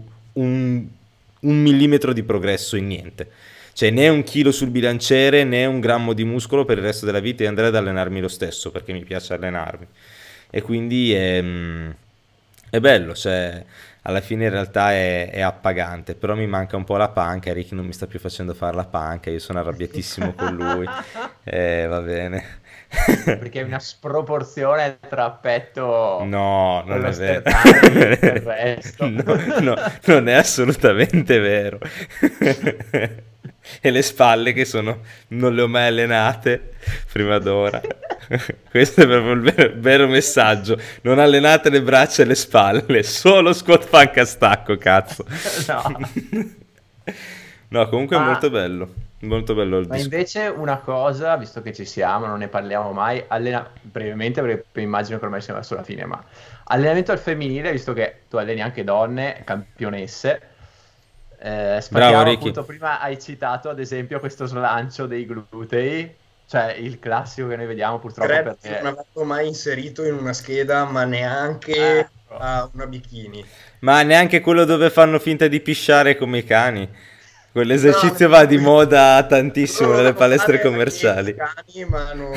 un millimetro di progresso in niente. Cioè né un chilo sul bilanciere né un grammo di muscolo per il resto della vita e andrei ad allenarmi lo stesso perché mi piace allenarmi. E quindi è bello, cioè alla fine in realtà è appagante, però mi manca un po' la panca, Ricky non mi sta più facendo fare la panca, io sono arrabbiatissimo con lui, va bene. Perché è una sproporzione tra petto No, con non lo è vero. sternato e il resto. No, non è assolutamente vero. E le spalle che non le ho mai allenate prima d'ora. Questo è proprio il vero messaggio. Non allenate le braccia e le spalle, solo squat panca stacco, cazzo. No. No, comunque è molto bello. Molto bello il Ma invece una cosa, visto che ci siamo, non ne parliamo mai, brevemente perché immagino che ormai siamo verso la fine, ma allenamento al femminile, visto che tu alleni anche donne, campionesse, Bravo, Ricky. appunto, prima hai citato ad esempio questo slancio dei glutei, cioè il classico che noi vediamo purtroppo Credo perché... che non avevo mai inserito in una scheda, ma neanche a una bikini. Ma neanche quello dove fanno finta di pisciare come i cani. Quell'esercizio va di moda tantissimo nelle palestre commerciali. Cani, ma non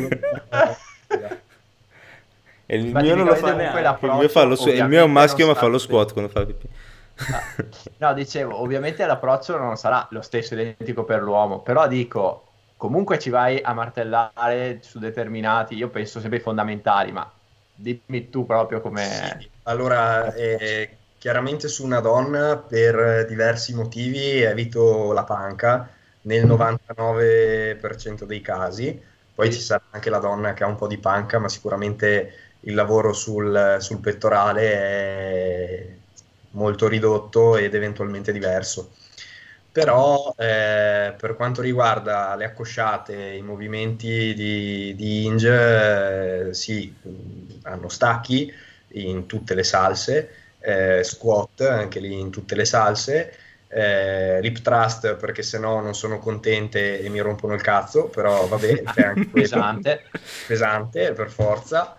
E il mio non lo fa neanche. Il mio è un maschio ma fa lo squat quando fa pipì. No, dicevo, ovviamente l'approccio non sarà lo stesso identico per l'uomo, però dico, comunque ci vai a martellare su determinati, io penso sempre fondamentali, ma dimmi tu proprio come... Sì. Allora, chiaramente su una donna per diversi motivi evito la panca nel 99% dei casi, poi ci sarà anche la donna che ha un po' di panca, ma sicuramente il lavoro sul pettorale è molto ridotto ed eventualmente diverso. Però per quanto riguarda le accosciate, i movimenti di hinge, sì, hanno stacchi in tutte le salse, squat anche lì in tutte le salse, lip thrust perché sennò non sono contente e mi rompono il cazzo, però vabbè, c'è anche pesante. Pesante per forza.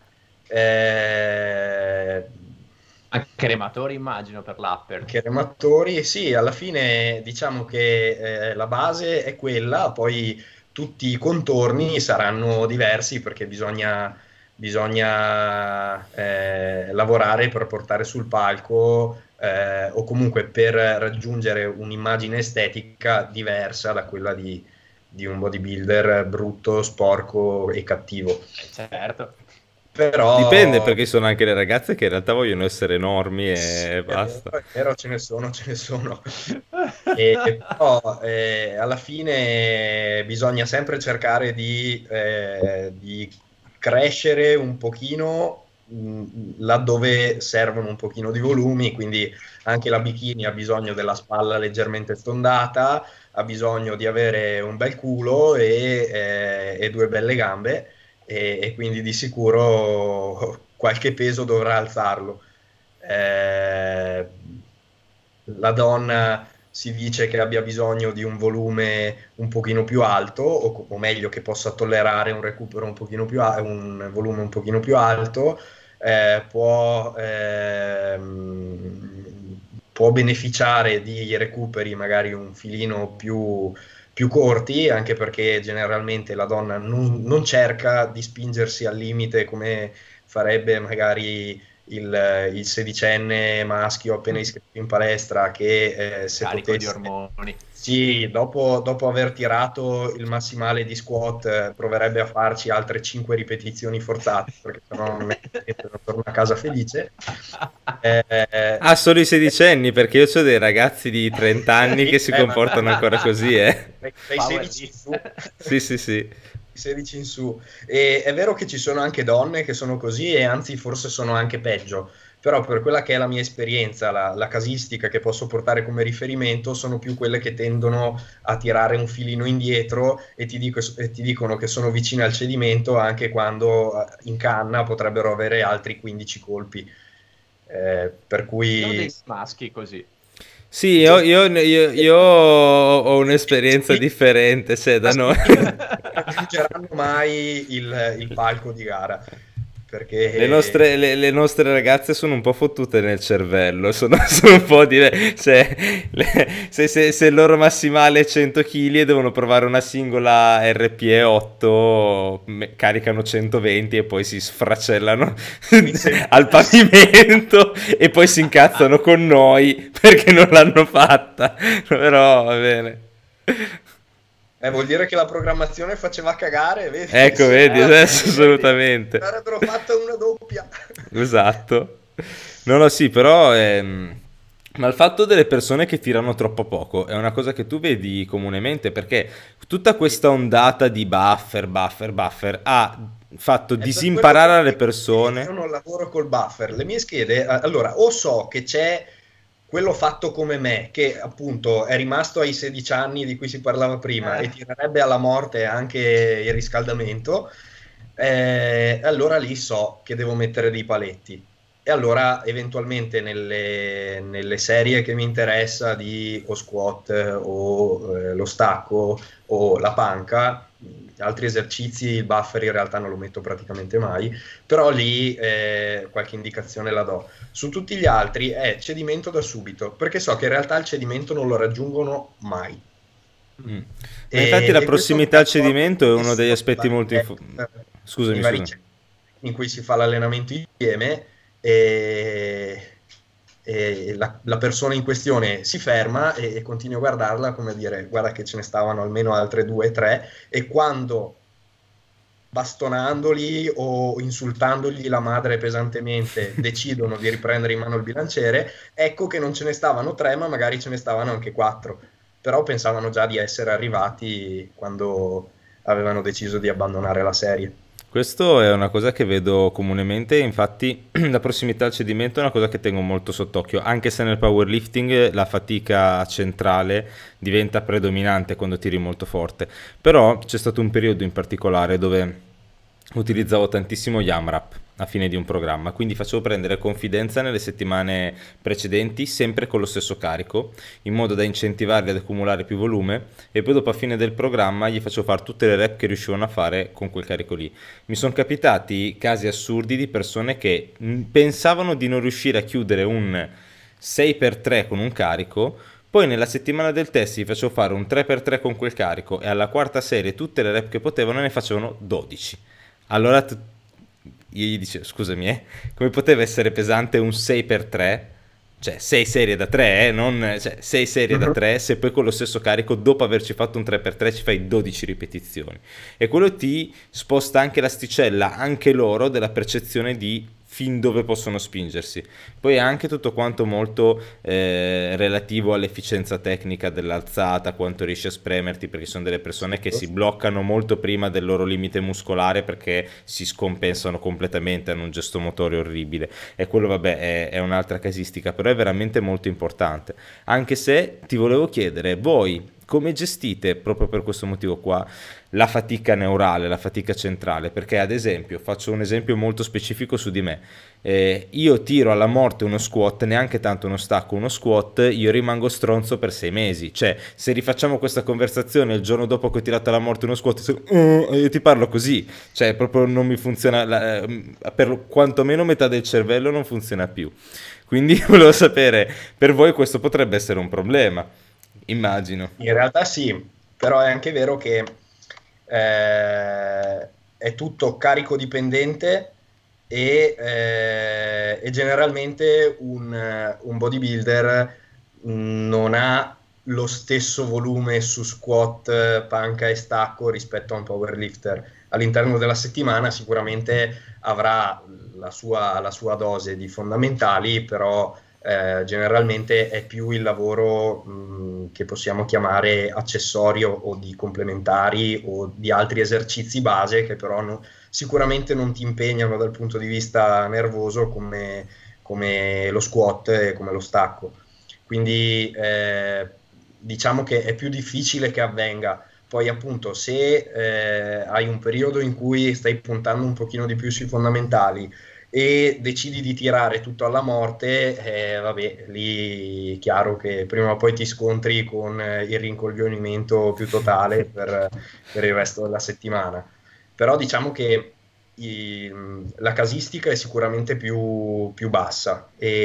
Anche rematori immagino per l'upper. Anche rematori, sì, alla fine diciamo che la base è quella, poi tutti i contorni saranno diversi perché bisogna lavorare per portare sul palco o comunque per raggiungere un'immagine estetica diversa da quella di di un bodybuilder brutto, sporco e cattivo. Certo. Dipende, Però perché ci sono anche le ragazze che in realtà vogliono essere enormi e basta. è vero, ce ne sono, ce ne sono. Però alla fine bisogna sempre cercare di crescere un pochino laddove servono un pochino di volumi, quindi anche la bikini ha bisogno della spalla leggermente stondata, ha bisogno di avere un bel culo e due belle gambe e quindi di sicuro qualche peso dovrà alzarlo. Eh, la donna si dice che abbia bisogno di un volume un pochino più alto, o meglio che possa tollerare un recupero un pochino un volume un pochino più alto, può beneficiare di recuperi magari un filino più corti, anche perché generalmente la donna non cerca di spingersi al limite come farebbe magari il sedicenne maschio appena iscritto in palestra che se Carico di potesse, ormoni. sì, dopo aver tirato il massimale di squat proverebbe a farci altre 5 ripetizioni forzate perché sennò non è che non torna a casa felice. Ah, solo i sedicenni, perché io ho dei ragazzi di 30 anni che si Ma comportano ancora così, eh. dai 16 in su. Sì, sì, sì. 16 in su. E è vero che ci sono anche donne che sono così e anzi forse sono anche peggio, però per quella che è la mia esperienza, la casistica che posso portare come riferimento, sono più quelle che tendono a tirare un filino indietro e ti dicono che sono vicine al cedimento anche quando in canna potrebbero avere altri 15 colpi. Per Sono dei cui maschi così. Sì, io ho un'esperienza differente, cioè da noi. non raggiungeranno mai il palco di gara perché Le nostre ragazze sono un po' fottute nel cervello, sono un po' cioè, se il loro massimale è 100 kg e devono provare una singola RPE 8, caricano 120 e poi si sfracellano al pavimento e poi si incazzano con noi perché non l'hanno fatta, però va bene. vuol dire che la programmazione faceva cagare, vedi? Ecco, vedi, adesso assolutamente. Avrebbero fatto una doppia. Esatto. No, no, sì, però ma il fatto delle persone che tirano troppo poco è una cosa che tu vedi comunemente, perché tutta questa ondata di buffer ha fatto È per disimparare quello alle che persone. io non lavoro col buffer. Le mie schede, allora, o so che c'è quello fatto come me, che appunto è rimasto ai 16 anni di cui si parlava prima e tirerebbe alla morte anche il riscaldamento, allora lì so che devo mettere dei paletti. E allora eventualmente nelle serie che mi interessa di o squat o lo stacco o la panca, altri esercizi il buffer in realtà non lo metto praticamente mai, però lì qualche indicazione la do. Su tutti gli altri è cedimento da subito, perché so che in realtà il cedimento non lo raggiungono mai. Ma infatti la E questo mi prossimità al accorgo cedimento è uno degli benissimo aspetti molto nei Scusami, vari scusami. centri in cui si fa l'allenamento insieme e la persona in questione si ferma e continui a guardarla come a dire guarda che ce ne stavano almeno altre 2 o 3 e quando bastonandoli o insultandogli la madre pesantemente decidono di riprendere in mano il bilanciere, ecco che non ce ne stavano 3 ma magari ce ne stavano anche 4, però pensavano già di essere arrivati quando avevano deciso di abbandonare la serie. Questo è una cosa che vedo comunemente, infatti la prossimità al cedimento è una cosa che tengo molto sott'occhio, anche se nel powerlifting la fatica centrale diventa predominante quando tiri molto forte. Però c'è stato un periodo in particolare dove utilizzavo tantissimo YAMRAP a fine di un programma, quindi facevo prendere confidenza nelle settimane precedenti, sempre con lo stesso carico, in modo da incentivarli ad accumulare più volume e poi dopo a fine del programma gli facevo fare tutte le rep che riuscivano a fare con quel carico lì. Mi sono capitati casi assurdi di persone che pensavano di non riuscire a chiudere un 6x3 con un carico. Poi nella settimana del test gli facevo fare un 3x3 con quel carico e alla quarta serie tutte le rep che potevano ne facevano 12. Allora io gli dicevo, scusami, come poteva essere pesante un 6x3 cioè 6 serie da 3, non, cioè 6 serie da 3, se poi con lo stesso carico, dopo averci fatto un 3x3, ci fai 12 ripetizioni. E quello ti sposta anche l'asticella, anche loro, della percezione di fin dove possono spingersi. Poi è anche tutto quanto molto relativo all'efficienza tecnica dell'alzata, quanto riesci a spremerti, perché sono delle persone che si bloccano molto prima del loro limite muscolare perché si scompensano completamente, hanno un gesto motore orribile, e quello vabbè è un'altra casistica, però è veramente molto importante. Anche se ti volevo chiedere, voi come gestite, proprio per questo motivo qua, la fatica neurale, la fatica centrale? Perché ad esempio, faccio un esempio molto specifico su di me, io tiro alla morte uno squat, neanche tanto uno stacco, uno squat, io rimango stronzo per 6 mesi. Cioè, se rifacciamo questa conversazione il giorno dopo che ho tirato alla morte uno squat, io ti parlo così, cioè proprio non mi funziona, per quantomeno metà del cervello non funziona più. Quindi volevo sapere, per voi questo potrebbe essere un problema, immagino. In realtà sì, però è anche vero che è tutto carico dipendente e generalmente un bodybuilder non ha lo stesso volume su squat, panca e stacco rispetto a un powerlifter. All'interno della settimana sicuramente avrà la sua dose di fondamentali, però generalmente è più il lavoro che possiamo chiamare accessorio o di complementari o di altri esercizi base che però sicuramente non ti impegnano dal punto di vista nervoso come lo squat e come lo stacco. Quindi diciamo che è più difficile che avvenga. Poi appunto se hai un periodo in cui stai puntando un pochino di più sui fondamentali e decidi di tirare tutto alla morte, vabbè, lì è chiaro che prima o poi ti scontri con il rincoglionimento più totale per il resto della settimana. Però diciamo che la casistica è sicuramente più bassa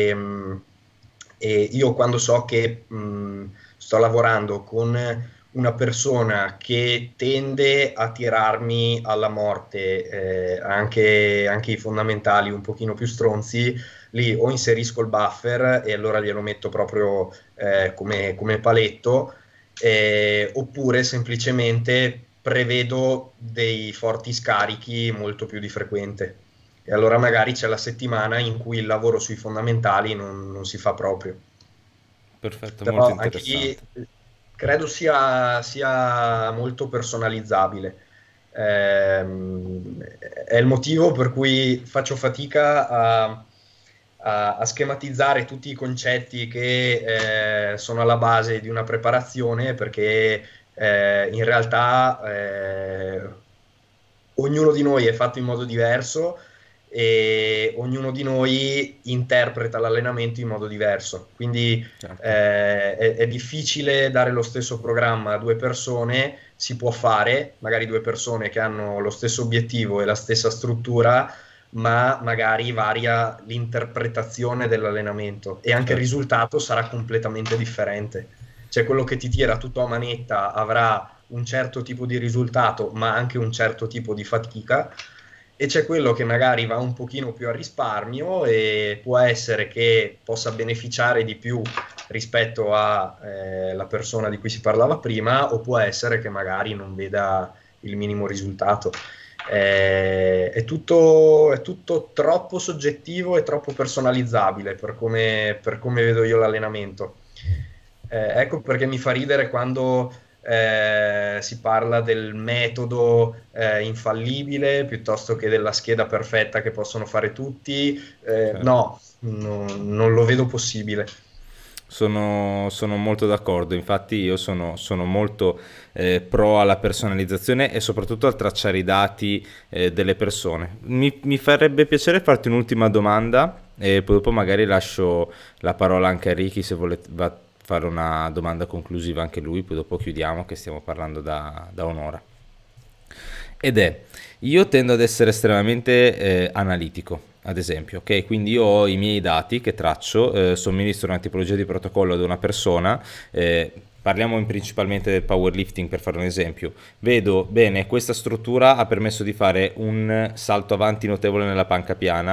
e io quando so che sto lavorando con una persona che tende a tirarmi alla morte anche i fondamentali un pochino più stronzi, lì o inserisco il buffer e allora glielo metto proprio come paletto, oppure semplicemente prevedo dei forti scarichi molto più di frequente. E allora magari c'è la settimana in cui il lavoro sui fondamentali non si fa proprio. Perfetto, Però molto anche interessante. lì credo sia molto personalizzabile. È il motivo per cui faccio fatica a schematizzare tutti i concetti che sono alla base di una preparazione, perché in realtà ognuno di noi è fatto in modo diverso e ognuno di noi interpreta l'allenamento in modo diverso, quindi Certo. è difficile dare lo stesso programma a due persone. Si può fare, magari due persone che hanno lo stesso obiettivo e la stessa struttura, ma magari varia l'interpretazione dell'allenamento e anche il Certo. risultato sarà completamente differente. Cioè quello che ti tira tutto a manetta avrà un certo tipo di risultato, ma anche un certo tipo di fatica, e c'è quello che magari va un pochino più a risparmio e può essere che possa beneficiare di più rispetto a la persona di cui si parlava prima, o può essere che magari non veda il minimo risultato. È tutto troppo soggettivo e troppo personalizzabile per come vedo io l'allenamento. Ecco perché mi fa ridere quando si parla del metodo infallibile piuttosto che della scheda perfetta che possono fare tutti. Certo. No, non lo vedo possibile. Sono molto d'accordo, infatti io sono molto pro alla personalizzazione e soprattutto al tracciare i dati delle persone. Mi farebbe piacere farti un'ultima domanda e poi dopo magari lascio la parola anche a Ricky se vuole fare una domanda conclusiva anche lui, poi dopo chiudiamo che stiamo parlando da un'ora. Ed è, io tendo ad essere estremamente analitico, ad esempio, ok? Quindi io ho i miei dati che traccio, somministro una tipologia di protocollo ad una persona, parliamo principalmente del powerlifting per fare un esempio, vedo bene, questa struttura ha permesso di fare un salto avanti notevole nella panca piana,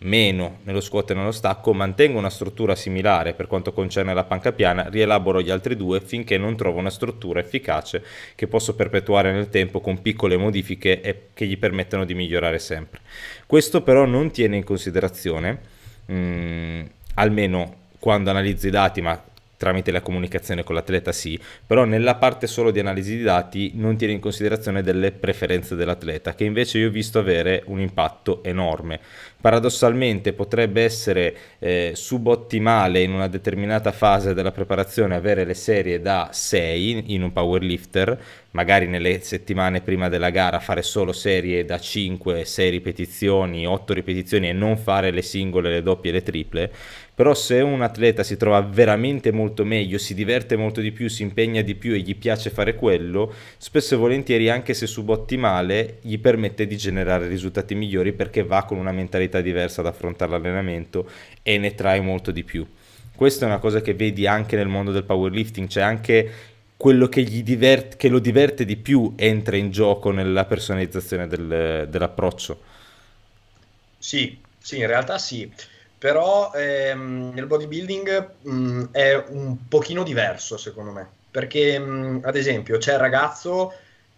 meno nello squat e nello stacco, mantengo una struttura similare per quanto concerne la panca piana, rielaboro gli altri due finché non trovo una struttura efficace che posso perpetuare nel tempo con piccole modifiche e che gli permettano di migliorare sempre. Questo però non tiene in considerazione, almeno quando analizzo i dati, ma tramite la comunicazione con l'atleta sì, però nella parte solo di analisi di dati non tiene in considerazione delle preferenze dell'atleta, che invece io ho visto avere un impatto enorme. Paradossalmente potrebbe essere subottimale in una determinata fase della preparazione avere le serie da 6 in un powerlifter, magari nelle settimane prima della gara fare solo serie da 5, 6 ripetizioni, 8 ripetizioni e non fare le singole, le doppie e le triple. Però se un atleta si trova veramente molto meglio, si diverte molto di più, si impegna di più e gli piace fare quello, spesso e volentieri, anche se subottimale, gli permette di generare risultati migliori perché va con una mentalità diversa ad affrontare l'allenamento e ne trae molto di più. Questa è una cosa che vedi anche nel mondo del powerlifting, c'è anche quello che che lo diverte di più entra in gioco nella personalizzazione dell'approccio. Sì, sì, in realtà sì, però nel bodybuilding è un pochino diverso secondo me, perché ad esempio c'è il ragazzo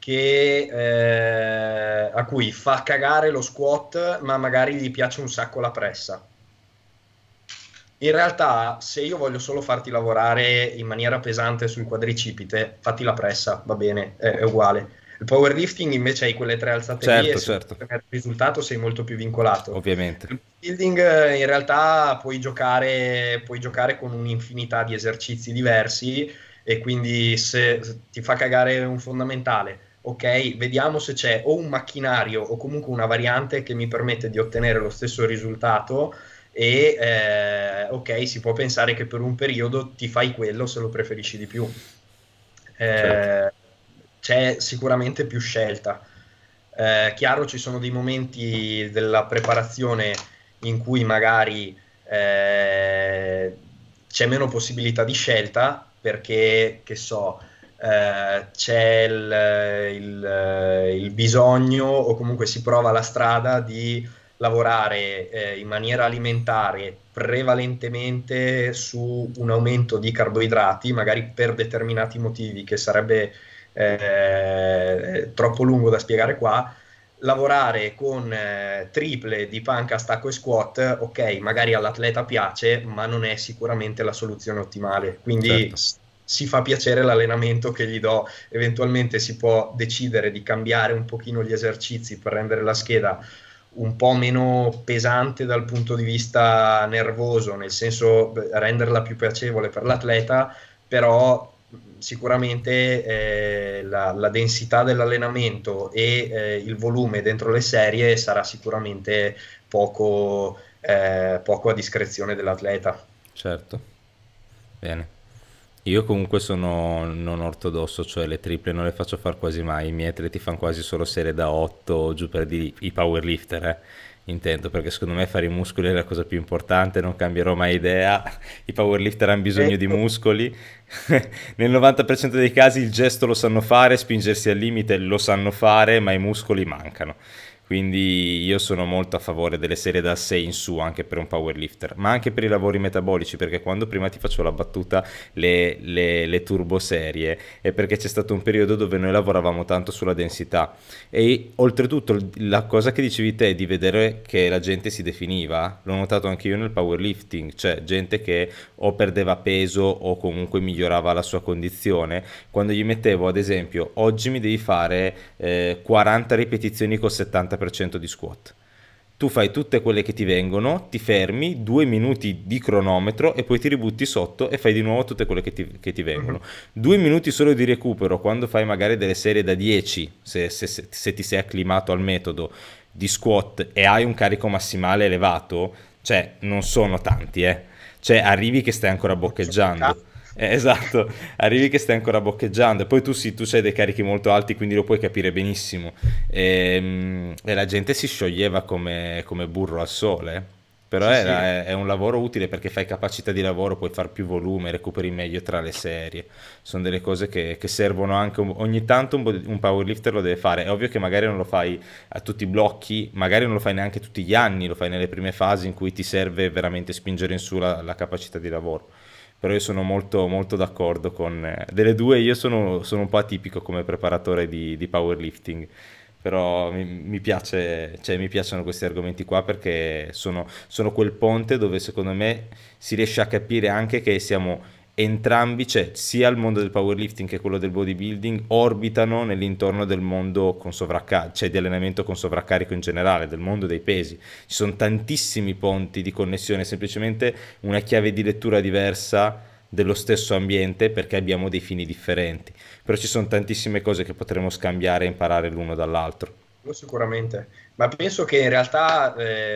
a cui fa cagare lo squat, ma magari gli piace un sacco la pressa. In realtà, se io voglio solo farti lavorare in maniera pesante sul quadricipite, fatti la pressa, va bene, è uguale. Il powerlifting invece hai quelle tre alzate lì Certo, e se vuoi certo, ottenere il risultato sei molto più vincolato. ovviamente. Il building in realtà puoi giocare con un'infinità di esercizi diversi e quindi se ti fa cagare un fondamentale, ok, vediamo se c'è o un macchinario o comunque una variante che mi permette di ottenere lo stesso risultato e ok, si può pensare che per un periodo ti fai quello se lo preferisci di più. Certo. C'è sicuramente più scelta. Chiaro, ci sono dei momenti della preparazione in cui magari c'è meno possibilità di scelta perché, che so, c'è il bisogno o comunque si prova la strada di lavorare in maniera alimentare prevalentemente su un aumento di carboidrati, magari per determinati motivi che sarebbe troppo lungo da spiegare qua. Lavorare con triple di panca, stacco e squat, ok, magari all'atleta piace, ma non è sicuramente la soluzione ottimale. Quindi Certo. si fa piacere l'allenamento che gli do. Eventualmente si può decidere di cambiare un pochino gli esercizi per rendere la scheda un po' meno pesante dal punto di vista nervoso, nel senso renderla più piacevole per l'atleta, però sicuramente la densità dell'allenamento e il volume dentro le serie sarà sicuramente poco a discrezione dell'atleta. Certo, bene. Io comunque sono non ortodosso, cioè le triple non le faccio fare quasi mai, i miei atleti fanno quasi solo serie da 8 giù per di i powerlifter, intendo, perché secondo me fare i muscoli è la cosa più importante, non cambierò mai idea, i powerlifter hanno bisogno di Ecco, muscoli, nel 90% dei casi il gesto lo sanno fare, spingersi al limite lo sanno fare, ma i muscoli mancano. Quindi io sono molto a favore delle serie da 6 in su anche per un powerlifter, ma anche per i lavori metabolici, perché quando prima ti facevo la battuta le turbo serie è perché c'è stato un periodo dove noi lavoravamo tanto sulla densità e oltretutto la cosa che dicevi te di vedere che la gente si definiva, l'ho notato anche io nel powerlifting, cioè gente che o perdeva peso o comunque migliorava la sua condizione, quando gli mettevo ad esempio oggi mi devi fare 40 ripetizioni col 70% di squat. Tu fai tutte quelle che ti vengono, ti fermi, 2 minuti di cronometro e poi ti ributti sotto e fai di nuovo tutte quelle che ti vengono. 2 minuti solo di recupero quando fai magari delle serie da 10, se ti sei acclimato al metodo di squat e hai un carico massimale elevato, cioè non sono tanti, cioè arrivi che stai ancora boccheggiando. Esatto, arrivi che stai ancora boccheggiando e poi tu sì, tu sei dei carichi molto alti quindi lo puoi capire benissimo e la gente si scioglieva come burro al sole. Però Sì, sì. è un lavoro utile perché fai capacità di lavoro, puoi far più volume, recuperi meglio tra le serie. Sono delle cose che servono anche ogni tanto un powerlifter lo deve fare. È ovvio che magari non lo fai a tutti i blocchi, magari non lo fai neanche tutti gli anni, lo fai nelle prime fasi in cui ti serve veramente spingere in su la capacità di lavoro. Però io sono molto, molto d'accordo con... delle due io sono un po' atipico come preparatore di powerlifting, però mi piace, cioè, mi piacciono questi argomenti qua perché sono quel ponte dove secondo me si riesce a capire anche che siamo entrambi, cioè sia il mondo del powerlifting che quello del bodybuilding, orbitano nell'intorno del mondo con sovraccarico, cioè di allenamento con sovraccarico in generale, del mondo dei pesi. Ci sono tantissimi ponti di connessione, semplicemente una chiave di lettura diversa dello stesso ambiente perché abbiamo dei fini differenti. Però ci sono tantissime cose che potremo scambiare e imparare l'uno dall'altro. Sicuramente, ma penso che in realtà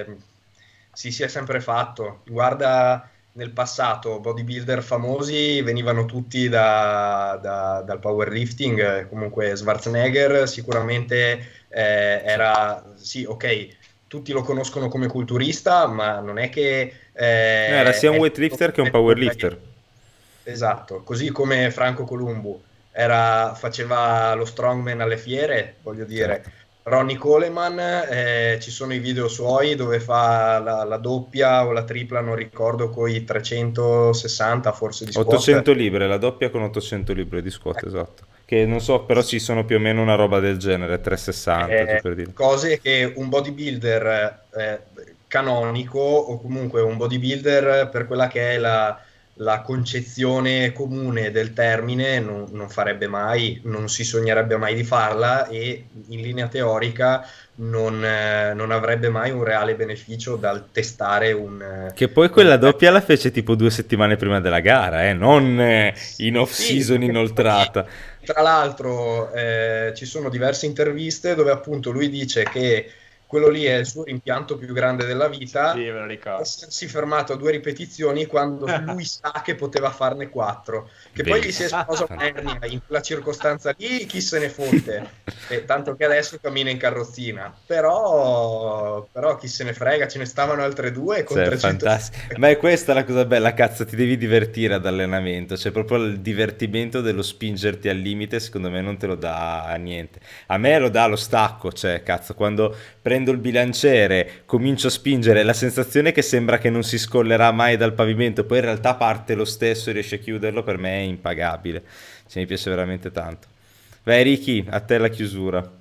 si sia sempre fatto. Guarda, nel passato, bodybuilder famosi venivano tutti dal powerlifting, comunque Schwarzenegger sicuramente era, sì, ok, tutti lo conoscono come culturista, ma non è che No, era sia un è... weightlifter che un powerlifter. Esatto, così come Franco Columbu faceva lo strongman alle fiere, voglio dire, Certo. Ronnie Coleman, ci sono i video suoi dove fa la doppia o la tripla, non ricordo, con i 360 forse di squat. 800 libbre, la doppia con 800 libbre di squat, esatto. Che non so, però ci sono più o meno una roba del genere, 360, giù per dire. Cose che un bodybuilder canonico o comunque un bodybuilder per quella che è la concezione comune del termine non farebbe mai, non si sognerebbe mai di farla e in linea teorica non avrebbe mai un reale beneficio dal testare Che poi quella doppia la fece tipo 2 settimane prima della gara, non in Sì, off-season inoltrata. tra l'altro ci sono diverse interviste dove appunto lui dice che quello lì è il suo rimpianto più grande della vita, Sì, me lo ricordo. essersi fermato a 2 ripetizioni quando lui sa che poteva farne 4, che poi gli si è esplosa un'ernia in quella circostanza lì, chi se ne fotte, tanto che adesso cammina in carrozzina, però chi se ne frega, ce ne stavano altre 2 con Cioè, 300. fantastico. Ma è questa la cosa bella, cazzo, ti devi divertire ad allenamento, cioè proprio il divertimento dello spingerti al limite, secondo me non te lo dà a niente. A me lo dà lo stacco, cioè, cazzo, quando prendo il bilanciere, comincio a spingere, la sensazione è che sembra che non si scollerà mai dal pavimento, poi in realtà parte lo stesso e riesce a chiuderlo, per me è impagabile. Cioè, mi piace veramente tanto. Vai Ricky, a te la chiusura.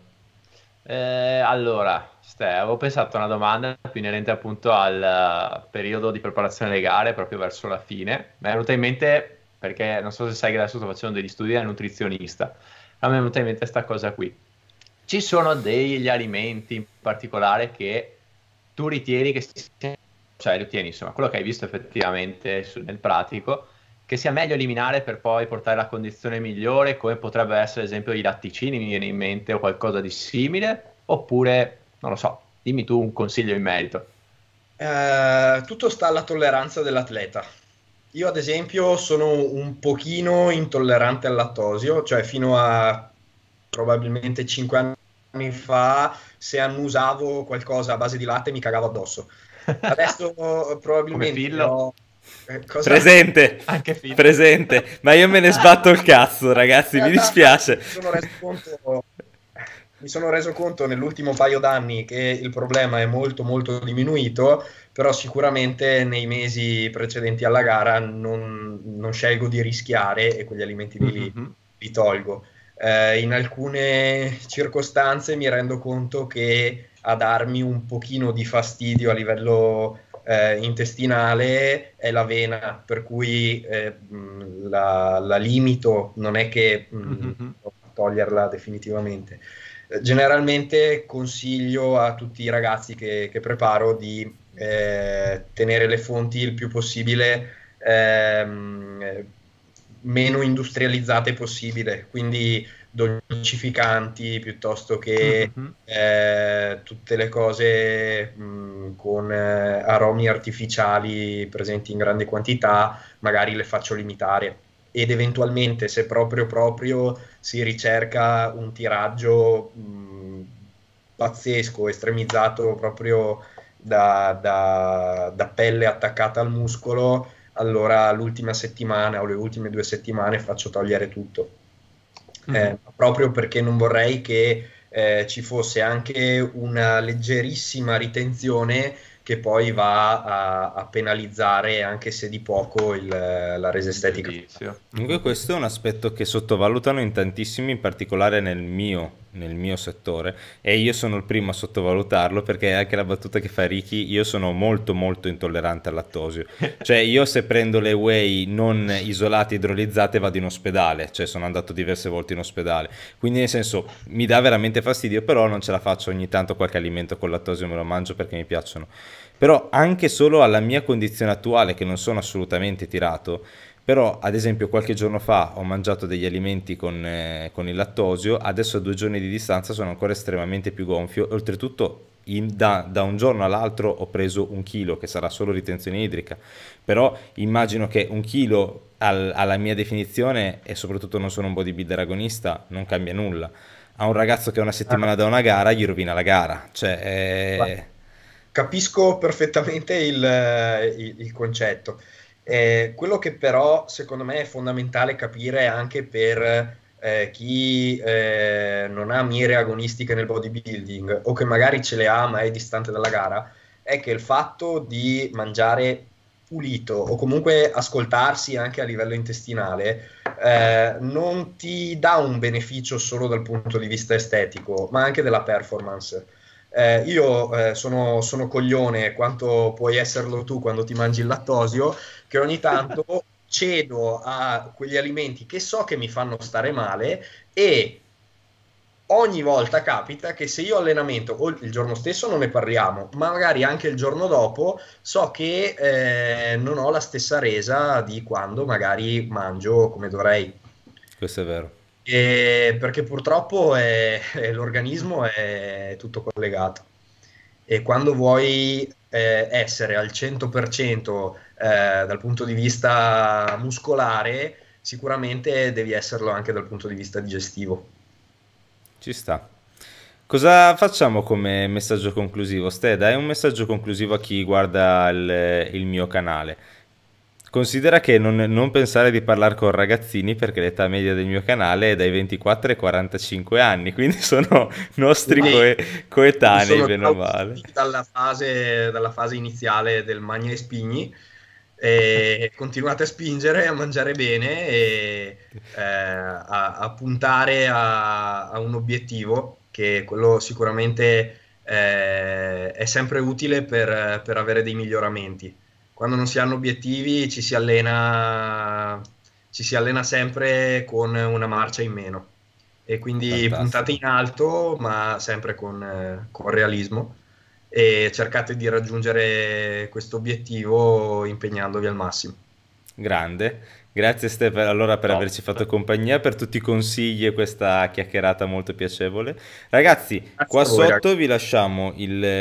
Allora, avevo pensato a una domanda più inerente appunto al periodo di preparazione alle gare, proprio verso la fine. Mi è venuta in mente, perché non so se sai che adesso sto facendo degli studi da nutrizionista, a me è venuta in mente questa cosa qui. Ci sono degli alimenti in particolare che tu ritieni che cioè ritieni, insomma, quello che hai visto effettivamente nel pratico, che sia meglio eliminare per poi portare la condizione migliore, come potrebbe essere ad esempio i latticini, mi viene in mente, o qualcosa di simile, oppure, non lo so, dimmi tu un consiglio in merito. Tutto sta alla tolleranza dell'atleta. Io ad esempio sono un pochino intollerante al lattosio, cioè fino a probabilmente 5 anni fa, se annusavo qualcosa a base di latte mi cagavo addosso. Adesso Come probabilmente Fillo? cosa? Presente, Anche Fillo. presente, ma io me ne sbatto il cazzo, ragazzi, mi dispiace. Mi sono reso conto nell'ultimo paio d'anni che il problema è molto molto diminuito, però sicuramente nei mesi precedenti alla gara non scelgo di rischiare e quegli alimenti lì li tolgo. In alcune circostanze mi rendo conto che a darmi un pochino di fastidio a livello intestinale è l'avena, per cui la limito, non è che toglierla definitivamente. Generalmente consiglio a tutti i ragazzi che preparo di tenere le fonti il più possibile meno industrializzate possibile, quindi dolcificanti piuttosto che tutte le cose con aromi artificiali presenti in grande quantità, magari le faccio limitare. Ed eventualmente, se proprio si ricerca un tiraggio pazzesco, estremizzato proprio da pelle attaccata al muscolo, allora l'ultima settimana o le ultime 2 settimane faccio togliere tutto. Proprio perché non vorrei che ci fosse anche una leggerissima ritenzione che poi va a penalizzare, anche se di poco, la resa estetica. Comunque questo è un aspetto che sottovalutano in tantissimi, in particolare nel mio settore, e io sono il primo a sottovalutarlo, perché è anche la battuta che fa Ricky: io sono molto molto intollerante al lattosio. Cioè io, se prendo le whey non isolate idrolizzate, vado in ospedale, cioè sono andato diverse volte in ospedale, quindi nel senso mi dà veramente fastidio, però non ce la faccio. Ogni tanto qualche alimento con lattosio me lo mangio perché mi piacciono, però anche solo alla mia condizione attuale, che non sono assolutamente tirato. Però ad esempio qualche giorno fa ho mangiato degli alimenti con il lattosio, adesso a 2 giorni di distanza sono ancora estremamente più gonfio, oltretutto da un giorno all'altro ho preso 1 chilo, che sarà solo ritenzione idrica, però immagino che 1 chilo alla mia definizione, e soprattutto non sono un bodybuilder agonista, non cambia nulla. A un ragazzo che è una settimana da una gara gli rovina la gara, cioè... Capisco perfettamente il concetto. Quello che però secondo me è fondamentale capire anche per chi non ha mire agonistiche nel bodybuilding, o che magari ce le ha ma è distante dalla gara, è che il fatto di mangiare pulito, o comunque ascoltarsi anche a livello intestinale, non ti dà un beneficio solo dal punto di vista estetico, ma anche della performance. Io sono coglione quanto puoi esserlo tu quando ti mangi il lattosio, che ogni tanto cedo a quegli alimenti che so che mi fanno stare male, e ogni volta capita che se io allenamento, o il giorno stesso non ne parliamo, ma magari anche il giorno dopo, so che non ho la stessa resa di quando magari mangio come dovrei. Questo è vero. Perché purtroppo l'organismo è tutto collegato, e quando vuoi essere al 100% dal punto di vista muscolare, sicuramente devi esserlo anche dal punto di vista digestivo. Ci sta. Cosa facciamo come messaggio conclusivo? Ste, dai un messaggio conclusivo a chi guarda il mio canale. Considera che non pensare di parlare con ragazzini, perché l'età media del mio canale è dai 24 ai 45 anni, quindi sono nostri coetanei, Sono bene o male. dalla fase iniziale del magna e spigni, e continuate a spingere, a mangiare bene, e a puntare a un obiettivo, che quello sicuramente è sempre utile per avere dei miglioramenti. Quando non si hanno obiettivi ci si allena sempre con una marcia in meno, e quindi puntate in alto, ma sempre con realismo, e cercate di raggiungere questo obiettivo impegnandovi al massimo. Grande. Grazie Stefano allora per averci fatto compagnia, per tutti i consigli e questa chiacchierata molto piacevole. Ragazzi, qua sotto vi lasciamo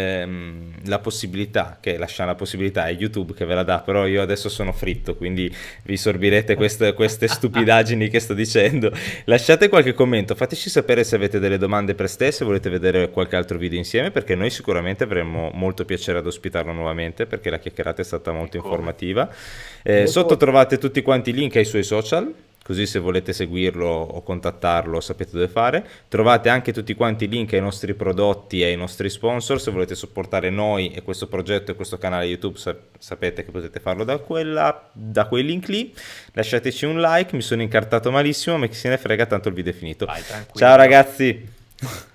la possibilità, lasciamo la possibilità, è YouTube che ve la dà, però io adesso sono fritto, quindi vi sorbirete queste stupidaggini che sto dicendo. Lasciate qualche commento, fateci sapere se avete delle domande per Ste, se volete vedere qualche altro video insieme, perché noi sicuramente avremmo molto piacere ad ospitarlo nuovamente, perché la chiacchierata è stata molto informativa. Sotto trovate tutti quanti i link ai suoi social, così se volete seguirlo o contattarlo sapete dove fare. Trovate anche tutti quanti i link ai nostri prodotti e ai nostri sponsor. Se volete supportare noi e questo progetto e questo canale YouTube, sapete che potete farlo da quei link lì. Lasciateci un like, mi sono incartato malissimo, ma chi se ne frega, tanto il video è finito. Ciao ragazzi.